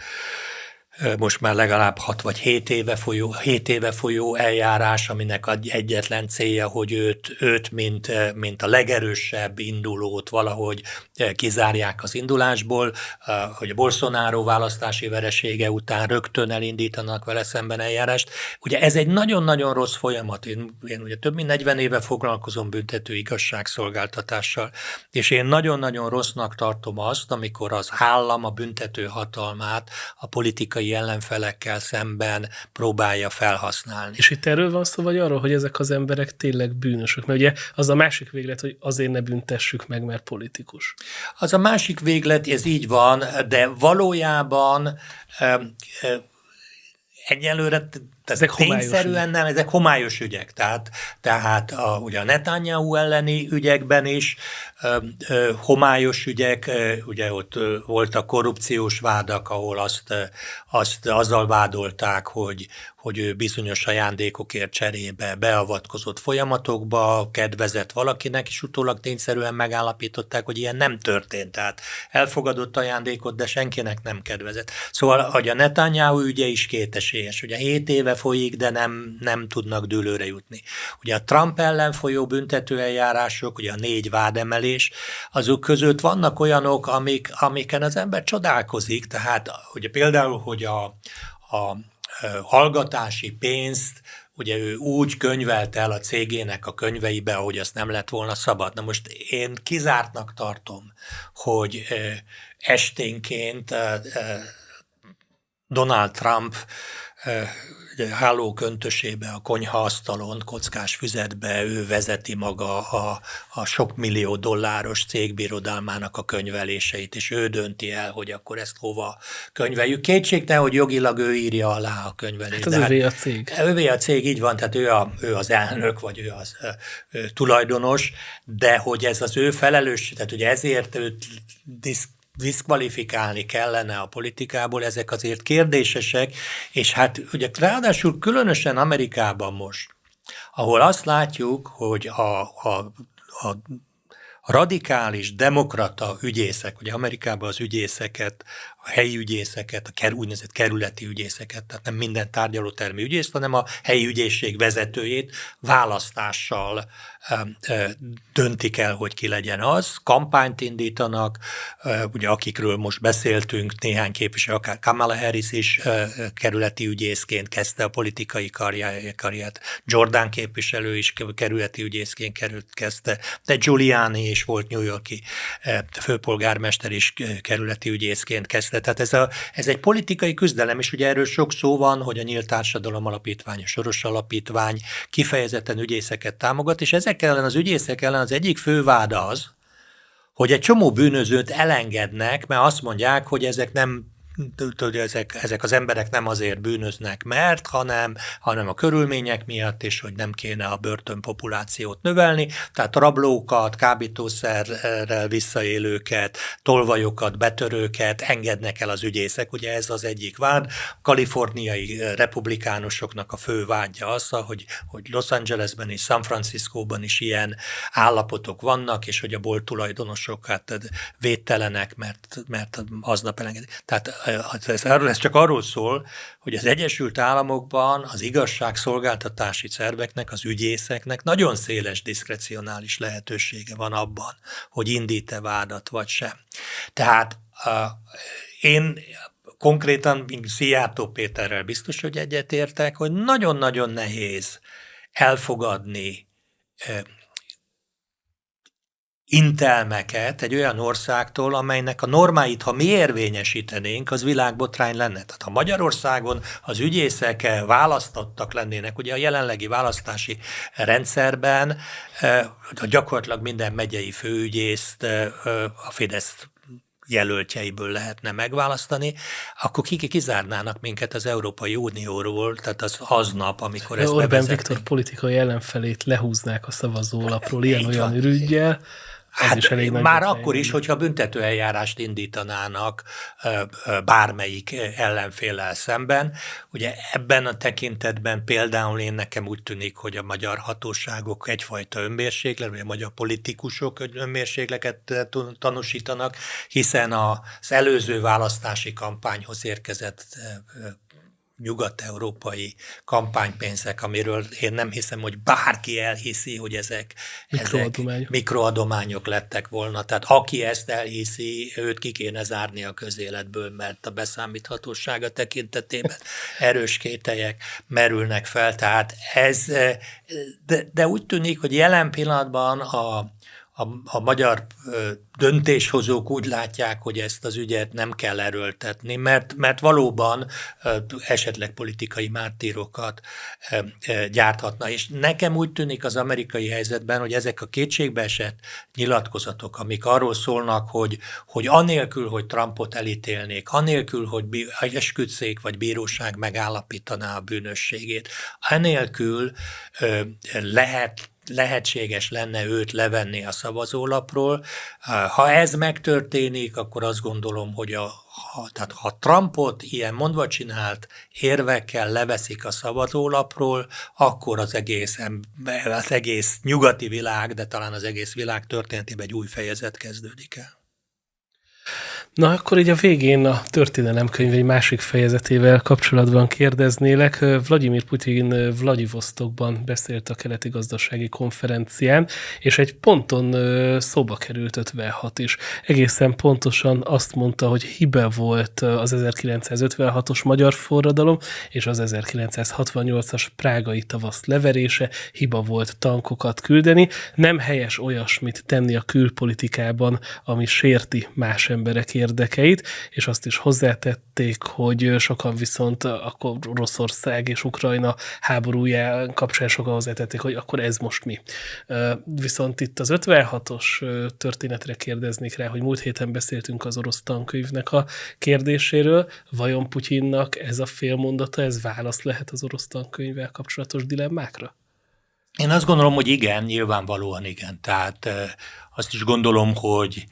most már legalább hat vagy hét éve folyó, hét éve folyó eljárás, aminek egyetlen célja, hogy őt, őt mint, mint a legerősebb indulót valahogy kizárják az indulásból, hogy a Bolsonaro választási veresége után rögtön elindítanak vele szemben eljárást. Ugye ez egy nagyon-nagyon rossz folyamat. Én, én ugye több mint negyven éve foglalkozom büntető igazságszolgáltatással, és én nagyon-nagyon rossznak tartom azt, amikor az állam a büntető hatalmát a politikai ellenfelekkel szemben próbálja felhasználni. És itt erről van szó, vagy arról, hogy ezek az emberek tényleg bűnösök? Mert ugye az a másik véglet, hogy azért ne büntessük meg, mert politikus. Az a másik véglet, ez így van, de valójában e, e, egyelőre ezek tényszerűen nem, ezek homályos ügyek. Tehát, tehát a, ugye a Netanyahu elleni ügyekben is ö, ö, homályos ügyek, ö, ugye ott ö, voltak korrupciós vádak, ahol azt, ö, azt azzal vádolták, hogy, hogy ő bizonyos ajándékokért cserébe beavatkozott folyamatokba, kedvezett valakinek, és utólag tényszerűen megállapították, hogy ilyen nem történt. Tehát elfogadott ajándékot, de senkinek nem kedvezett. Szóval, hogy a Netanyahu ügye is kétesélyes. Ugye hét éve folyik, de nem, nem tudnak dőlőre jutni. Ugye a Trump ellen folyó büntetőeljárások, ugye a négy vádemelés, azok között vannak olyanok, amik, amiken az ember csodálkozik, tehát ugye például, hogy a, a hallgatási pénzt ugye ő úgy könyvelt el a cégének a könyveibe, ahogy azt nem lett volna szabad. Na most én kizártnak tartom, hogy esténként Donald Trump hálóköntösébe, a konyhaasztalon, kockás füzetbe ő vezeti maga a, a sok millió dolláros cégbirodalmának a könyveléseit, és ő dönti el, hogy akkor ezt hova könyveljük. Kétségtelen, hogy jogilag ő írja alá a könyvelést. Hát az övé a cég. Övé a cég, így van, tehát ő, a, ő az elnök, vagy ő az ő tulajdonos, de hogy ez az ő felelősség, tehát ugye ezért őt disz diszkvalifikálni kellene a politikából, ezek azért kérdésesek, és hát ugye ráadásul különösen Amerikában most, ahol azt látjuk, hogy a, a, a radikális demokrata ügyészek, ugye Amerikában az ügyészeket, a helyi ügyészeket, a ker, úgynevezett kerületi ügyészeket, tehát nem minden tárgyalótermi ügyész, hanem a helyi ügyészség vezetőjét választással döntik el, hogy ki legyen az, kampányt indítanak, ugye akikről most beszéltünk, néhány képviselő, akár Kamala Harris is kerületi ügyészként kezdte a politikai karrierját, Jordan képviselő is kerületi ügyészként került, kezdte, de Giuliani is volt New York-i főpolgármester is kerületi ügyészként kezdte. Tehát ez, a, ez egy politikai küzdelem, és ugye erről sok szó van, hogy a Nyílt Társadalom Alapítvány, a Soros Alapítvány kifejezetten ügyészeket támogat, és ezek ellen az ügyészek ellen az egyik fő vád az, hogy egy csomó bűnözőt elengednek, mert azt mondják, hogy ezek nem hogy ezek, ezek az emberek nem azért bűnöznek, mert, hanem, hanem a körülmények miatt, és hogy nem kéne a börtönpopulációt növelni, tehát rablókat, kábítószerrel visszaélőket, tolvajokat, betörőket engednek el az ügyészek, ugye ez az egyik vád. A kaliforniai republikánusoknak a fő vágya az, hogy, hogy Los Angelesben és San Franciscóban is ilyen állapotok vannak, és hogy a bolt tulajdonosok hát védtelenek, mert, mert aznap elengedik. Tehát ez, ez csak arról szól, hogy az Egyesült Államokban az igazságszolgáltatási szerveknek, az ügyészeknek nagyon széles diszkrecionális lehetősége van abban, hogy indít-e vádat vagy sem. Tehát uh, én konkrétan Szijjártó Péterrel biztos, hogy egyetértek, hogy nagyon-nagyon nehéz elfogadni uh, intelmeket egy olyan országtól, amelynek a normáit, ha mi érvényesítenénk, az világbotrány lenne. Tehát ha Magyarországon az ügyészek választottak lennének, ugye a jelenlegi választási rendszerben gyakorlatilag minden megyei főügyészt a Fidesz jelöltjeiből lehetne megválasztani, akkor kik kizárnának minket az Európai Unióról, tehát az aznap, amikor ezt Orbán bevezetnénk. Viktor politikai ellenfelét lehúznák a szavazólapról ilyen-olyan ürüggyel. Hát már akkor is, hogyha büntetőeljárást indítanának bármelyik ellenféllel szemben. Ugye ebben a tekintetben például én nekem úgy tűnik, hogy a magyar hatóságok egyfajta önmérséklet, vagy a magyar politikusok önmérsékleket tanúsítanak, hiszen az előző választási kampányhoz érkezett nyugat-európai kampánypénzek, amiről én nem hiszem, hogy bárki elhiszi, hogy ezek, Mikroadomány. ezek mikroadományok lettek volna. Tehát aki ezt elhiszi, őt ki kéne zárni a közéletből, mert a beszámíthatósága tekintetében erős kételyek merülnek fel. Tehát ez, de, de úgy tűnik, hogy jelen pillanatban a A, a magyar döntéshozók úgy látják, hogy ezt az ügyet nem kell erőltetni, mert, mert valóban esetleg politikai mártírokat gyárthatna. És nekem úgy tűnik az amerikai helyzetben, hogy ezek a kétségbeesett nyilatkozatok, amik arról szólnak, hogy, hogy anélkül, hogy Trumpot elítélnék, anélkül, hogy esküdtszék vagy bíróság megállapítaná a bűnösségét, anélkül lehet lehetséges lenne őt levenni a szavazólapról. Ha ez megtörténik, akkor azt gondolom, hogy a, ha, tehát ha Trumpot ilyen mondva csinált érvekkel leveszik a szavazólapról, akkor az egész, az egész nyugati világ, de talán az egész világ történetében egy új fejezet kezdődik el. Na, akkor így a végén a történelemkönyv egy másik fejezetével kapcsolatban kérdeznélek. Vladimir Putyin Vladivostokban beszélt a keleti gazdasági konferencián, és egy ponton szóba került ötvenhat is. Egészen pontosan azt mondta, hogy hiba volt az ezerkilencszázötvenhatos magyar forradalom és az ezerkilencszázhatvannyolcas prágai tavasz leverése, hiba volt tankokat küldeni, nem helyes olyasmit tenni a külpolitikában, ami sérti más emberek érdekeit, és azt is hozzátették, hogy sokan viszont akkor Oroszország és Ukrajna háborújá kapcsán sokan hozzátették, hogy akkor ez most mi. Viszont itt az ötvenhatos történetre kérdeznék rá, hogy múlt héten beszéltünk az orosz tankönyvnek a kérdéséről. Vajon Putyinnak ez a félmondata, ez válasz lehet az orosz tankönyvvel kapcsolatos dilemmákra? Én azt gondolom, hogy igen, nyilvánvalóan igen. Tehát azt is gondolom, hogy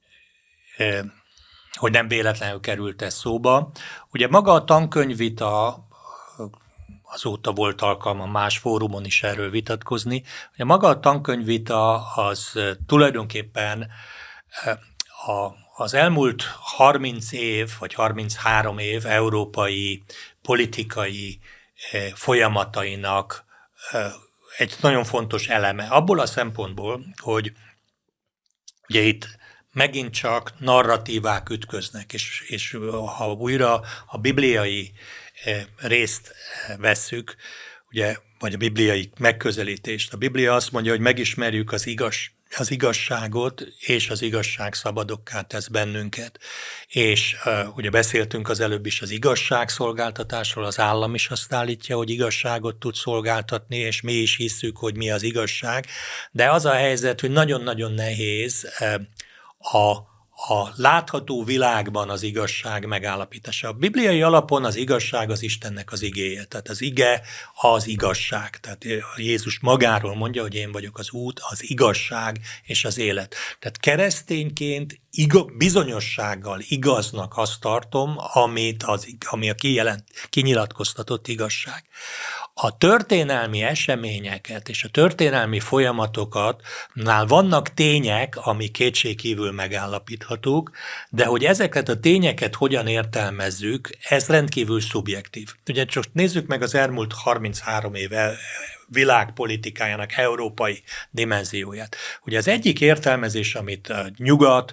hogy nem véletlenül került ez szóba. Ugye maga a tankönyvvita, azóta volt alkalmam más fórumon is erről vitatkozni, ugye maga a tankönyvvita az tulajdonképpen a, az elmúlt harminc év, vagy harminchárom év európai politikai folyamatainak egy nagyon fontos eleme. Abból a szempontból, hogy ugye itt megint csak narratívák ütköznek, és, és ha újra a bibliai részt vesszük, ugye, vagy a bibliai megközelítést, a Biblia azt mondja, hogy megismerjük az, igaz, az igazságot, és az igazság szabadokká tesz bennünket. És uh, ugye beszéltünk az előbb is az igazságszolgáltatásról, az állam is azt állítja, hogy igazságot tud szolgáltatni, és mi is hisszük, hogy mi az igazság. De az a helyzet, hogy nagyon-nagyon nehéz uh, A, a látható világban az igazság megállapítása. A bibliai alapon az igazság az Istennek az igéje, tehát az ige az igazság. Tehát Jézus magáról mondja, hogy én vagyok az út, az igazság és az élet. Tehát keresztényként igaz, bizonyossággal igaznak azt tartom, amit az, ami a kijelent, kinyilatkoztatott igazság. A történelmi eseményeket és a történelmi folyamatokat nál vannak tények, ami kétségkívül megállapíthatók, de hogy ezeket a tényeket hogyan értelmezzük, ez rendkívül szubjektív. Ugye csak nézzük meg az elmúlt harminchárom éve világpolitikájának európai dimenzióját. Ugye az egyik értelmezés, amit nyugat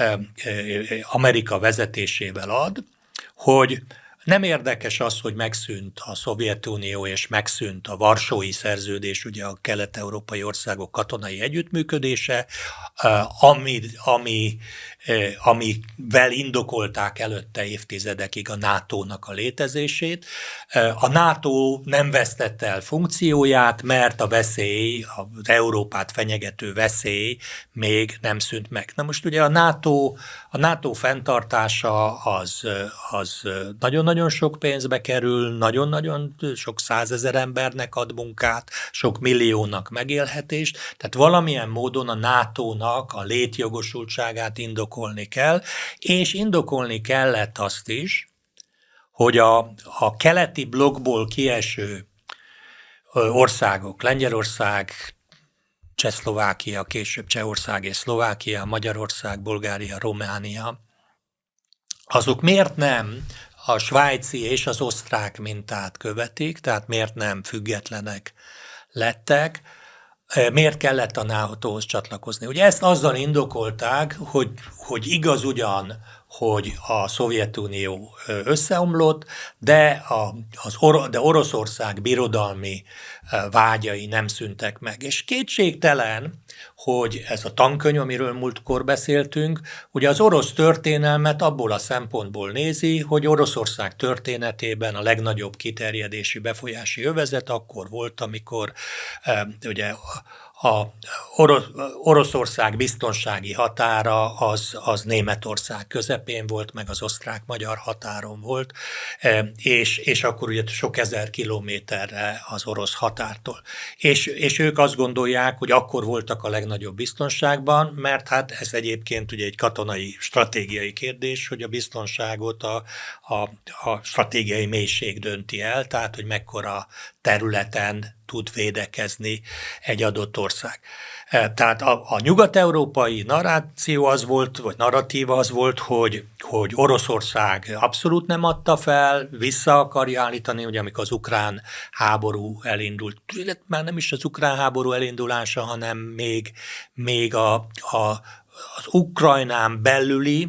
Amerika vezetésével ad, hogy nem érdekes az, hogy megszűnt a Szovjetunió és megszűnt a Varsói Szerződés, ugye a kelet-európai országok katonai együttműködése, ami, ami, amivel indokolták előtte évtizedekig a nátónak a létezését. A NATO nem vesztette el funkcióját, mert a veszély, az Európát fenyegető veszély még nem szűnt meg. Na most ugye a NATO, a NATO fenntartása az, az nagyon-nagyon sok pénzbe kerül, nagyon-nagyon sok százezer embernek ad munkát, sok milliónak megélhetést, tehát valamilyen módon a nátónak a létjogosultságát indokolni kell, és indokolni kellett azt is, hogy a, a keleti blokkból kieső országok, Lengyelország, Csehszlovákia, később Csehország és Szlovákia, Magyarország, Bulgária, Románia, azok miért nem a svájci és az osztrák mintát követik, tehát miért nem függetlenek lettek, miért kellett a nátóhoz csatlakozni. Ugye ezt azzal indokolták, hogy, hogy igaz ugyan, hogy a Szovjetunió összeomlott, de, a, az Or- de Oroszország birodalmi vágyai nem szűntek meg. És kétségtelen, hogy ez a tankönyv, amiről múltkor beszéltünk, ugye az orosz történelmet abból a szempontból nézi, hogy Oroszország történetében a legnagyobb kiterjedési befolyási övezet akkor volt, amikor e, ugye a Orosz, Oroszország biztonsági határa az, az Németország közepén volt, meg az osztrák-magyar határon volt, és, és akkor ugye sok ezer kilométerre az orosz határtól. És, és ők azt gondolják, hogy akkor voltak a legnagyobb biztonságban, mert hát ez egyébként ugye egy katonai stratégiai kérdés, hogy a biztonságot a, a, a stratégiai mélység dönti el, tehát hogy mekkora területen tud védekezni egy adott ország. Tehát a, a nyugat-európai narráció az volt, vagy narratíva az volt, hogy, hogy Oroszország abszolút nem adta fel, vissza akarja állítani, ugye amikor az ukrán háború elindult, már nem is az ukrán háború elindulása, hanem még, még a, a, az Ukrajnán belüli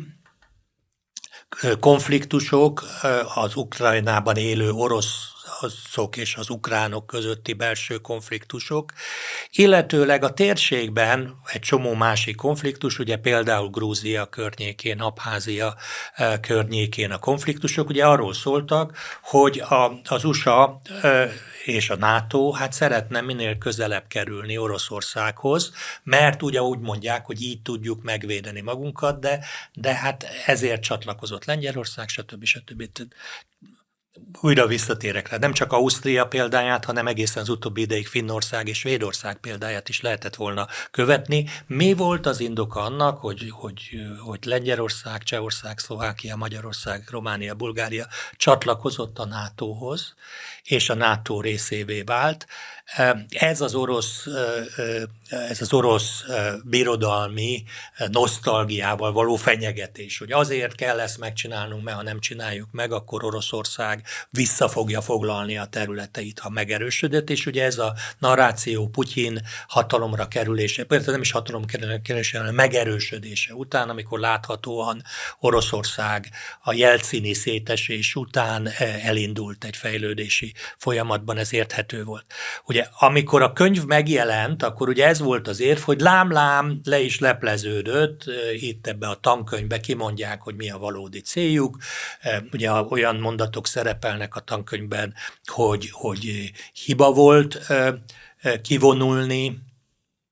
konfliktusok, az Ukrajnában élő orosz azok és az ukránok közötti belső konfliktusok, illetőleg a térségben egy csomó másik konfliktus, ugye például Grúzia környékén, Abházia környékén a konfliktusok, ugye arról szóltak, hogy a, az u es á és a NATO hát szeretne minél közelebb kerülni Oroszországhoz, mert ugye úgy mondják, hogy így tudjuk megvédeni magunkat, de, de hát ezért csatlakozott Lengyelország, stb. stb. Újra visszatérek rá. Nem csak Ausztria példáját, hanem egészen az utóbbi ideig Finnország és Svédország példáját is lehetett volna követni. Mi volt az indoka annak, hogy, hogy, hogy Lengyelország, Csehország, Szlovákia, Magyarország, Románia, Bulgária csatlakozott a nátóhoz, és a NATO részévé vált? Ez az orosz, ez az orosz birodalmi nosztalgiával való fenyegetés, hogy azért kell ezt megcsinálnunk, mert ha nem csináljuk meg, akkor Oroszország vissza fogja foglalni a területeit, ha megerősödött, és ugye ez a narráció Putyin hatalomra kerülése, például nem is hatalomra kerülése, hanem megerősödése után, amikor láthatóan Oroszország a jelcini szétesés után elindult egy fejlődési folyamatban, ez érthető volt. Ugye, amikor a könyv megjelent, akkor ugye ez volt az érv, hogy lám-lám le is lepleződött, itt ebbe a tankönyvbe kimondják, hogy mi a valódi céljuk. Ugye olyan mondatok szerepelnek a tankönyvben, hogy, hogy hiba volt kivonulni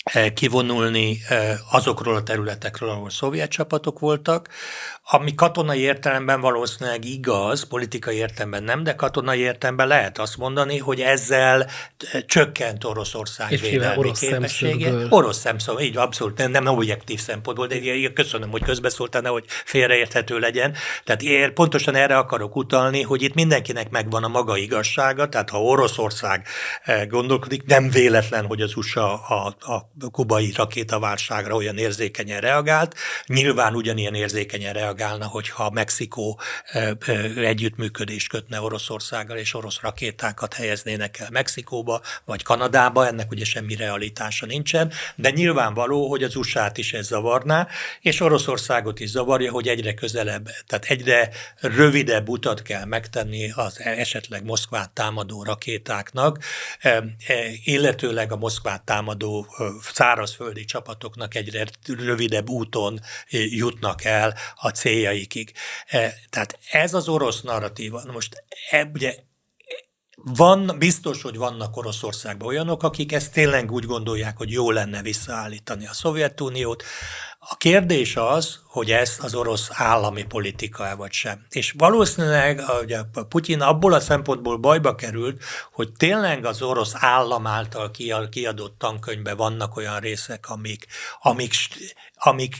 kivonulni azokról a területekről, ahol szovjet csapatok voltak, ami katonai értelemben valószínűleg igaz, politikai értelemben nem, de katonai értelemben lehet azt mondani, hogy ezzel csökkent Oroszország védelmi orosz képessége. Szemszögből. Orosz szemszögből, így abszolút, nem, nem objektív szempontból, de köszönöm, hogy közbeszóltál, nehogy félreérthető legyen. Tehát én pontosan erre akarok utalni, hogy itt mindenkinek megvan a maga igazsága, tehát ha Oroszország gondolkodik, nem véletlen, hogy az u es á a, a kubai rakétaválságra olyan érzékenyen reagált. Nyilván ugyanilyen érzékenyen reagálna, hogyha Mexikó együttműködést kötne Oroszországgal, és orosz rakétákat helyeznének el Mexikóba, vagy Kanadába, ennek ugye semmi realitása nincsen, de nyilvánvaló, hogy az u es á-t is ez zavarná, és Oroszországot is zavarja, hogy egyre közelebb, tehát egyre rövidebb utat kell megtenni az esetleg Moszkvát támadó rakétáknak, illetőleg a Moszkvát támadó szárazföldi csapatoknak egyre rövidebb úton jutnak el a céljaikig. Tehát ez az orosz narratíva. Most ugye van, biztos, hogy vannak Oroszországban olyanok, akik ezt tényleg úgy gondolják, hogy jó lenne visszaállítani a Szovjetuniót. A kérdés az, hogy ez az orosz állami politika vagy sem. És valószínűleg ugye, Putyin abból a szempontból bajba került, hogy tényleg az orosz állam által kiadott tankönyvben vannak olyan részek, amik, amik, amik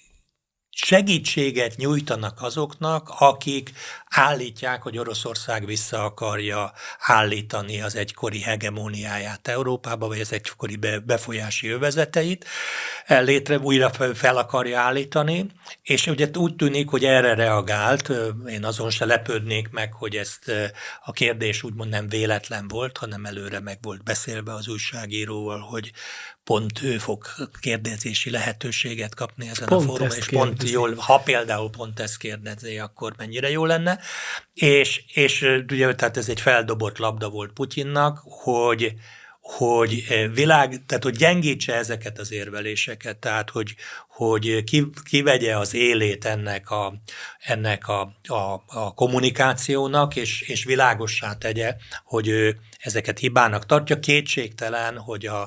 segítséget nyújtanak azoknak, akik állítják, hogy Oroszország vissza akarja állítani az egykori hegemóniáját Európába, vagy az egykori befolyási övezeteit, létre újra fel akarja állítani, és ugye úgy tűnik, hogy erre reagált, én azon se lepődnék meg, hogy ezt a kérdés úgymond nem véletlen volt, hanem előre meg volt beszélve az újságíróval, hogy pont ő fog kérdezési lehetőséget kapni ezen pont a fórumon, és pont kérdezi. Jól, ha például pont ezt kérdezi, akkor mennyire jó lenne. És, és ugye, tehát ez egy feldobott labda volt Putyinnak, hogy, hogy világ, tehát hogy gyengítse ezeket az érveléseket, tehát hogy, hogy ki, kivegye az élét ennek a, ennek a, a, a kommunikációnak, és, és világossá tegye, hogy ő ezeket hibának tartja. Kétségtelen, hogy a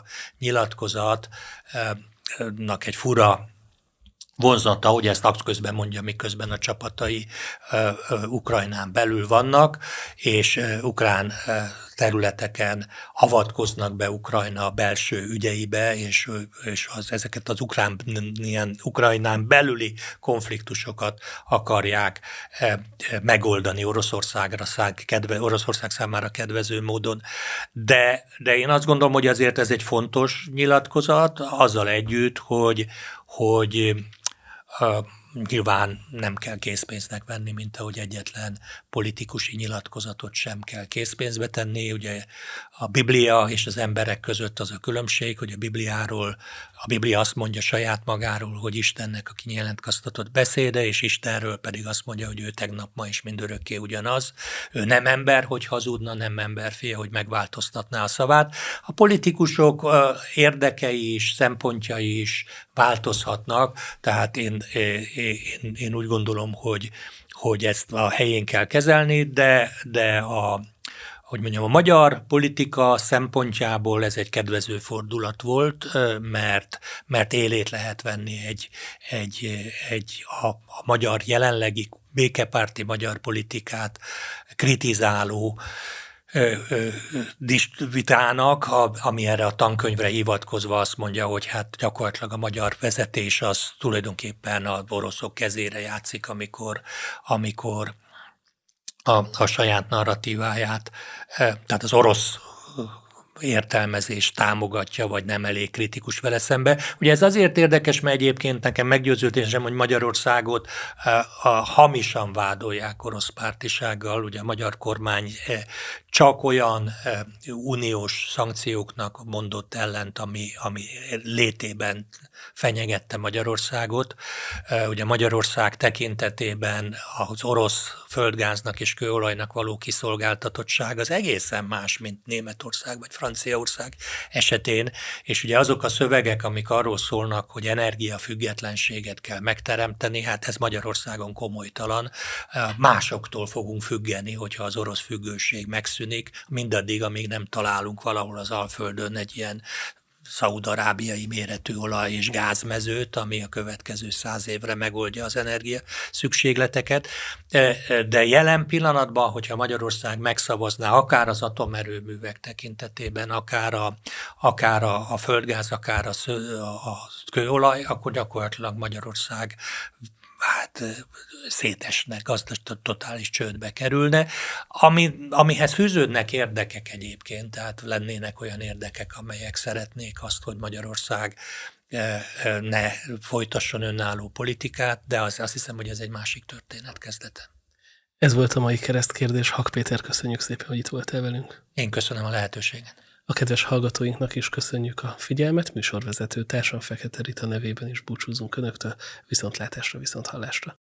nyilatkozatnak egy fura vonzata, hogy ezt közben mondja, miközben a csapatai uh, uh, Ukrajnán belül vannak, és uh, ukrán uh, területeken avatkoznak be Ukrajna belső ügyeibe, és, és az, ezeket az ukrán, ilyen, Ukrajnán belüli konfliktusokat akarják uh, megoldani Oroszországra, kedve, Oroszország számára kedvező módon. De, de én azt gondolom, hogy azért ez egy fontos nyilatkozat, azzal együtt, hogy, hogy Uh, nyilván nem kell készpénznek venni, mint ahogy egyetlen politikusi nyilatkozatot sem kell készpénzbe tenni. Ugye a Biblia és az emberek között az a különbség, hogy a Bibliáról, a Biblia azt mondja saját magáról, hogy Istennek a kinyilatkoztatott beszéde, és Istenről pedig azt mondja, hogy ő tegnap, ma és mindörökké ugyanaz. Ő nem ember, hogy hazudna, nem emberfia, hogy megváltoztatná a szavát. A politikusok uh, érdekei is, szempontjai is változhatnak, tehát én, én, én úgy gondolom, hogy, hogy ezt a helyén kell kezelni, de, de a, hogy mondjam, a magyar politika szempontjából ez egy kedvező fordulat volt, mert, mert élét lehet venni egy, egy, egy a, a magyar jelenlegi békepárti magyar politikát kritizáló vitának, ami erre a tankönyvre hivatkozva azt mondja, hogy hát gyakorlatilag a magyar vezetés az tulajdonképpen az oroszok kezére játszik, amikor, amikor a, a saját narratíváját, tehát az orosz értelmezést támogatja, vagy nem elég kritikus vele szembe. Ugye ez azért érdekes, mert egyébként nekem meggyőződésem, hogy Magyarországot a hamisan vádolják orosz pártisággal. Ugye a magyar kormány csak olyan uniós szankcióknak mondott ellent, ami, ami létében fenyegette Magyarországot. Ugye Magyarország tekintetében az orosz földgáznak és kőolajnak való kiszolgáltatottság az egészen más, mint Németország vagy Franciaország esetén, és ugye azok a szövegek, amik arról szólnak, hogy energiafüggetlenséget kell megteremteni, hát ez Magyarországon komolytalan. Másoktól fogunk függeni, hogyha az orosz függőség megszűnik, mindaddig, amíg nem találunk valahol az Alföldön egy ilyen szaúd-arábiai méretű olaj- és gázmezőt, ami a következő száz évre megoldja az energia szükségleteket. De jelen pillanatban, hogyha Magyarország megszavazná akár az atomerőművek tekintetében, akár a, akár a, a földgáz, akár a, sző, a kőolaj, akkor gyakorlatilag Magyarország hát szétesnek, gazdaság totális csődbe kerülne, ami, amihez fűződnek érdekek egyébként, tehát lennének olyan érdekek, amelyek szeretnék azt, hogy Magyarország ne folytasson önálló politikát, de az, azt hiszem, hogy ez egy másik történet kezdete. Ez volt a mai keresztkérdés. Hak Péter, köszönjük szépen, hogy itt voltál velünk. Én köszönöm a lehetőséget. A kedves hallgatóinknak is köszönjük a figyelmet, műsorvezető társam Fekete Rita nevében is búcsúzunk Önöktől, viszontlátásra, viszonthallásra.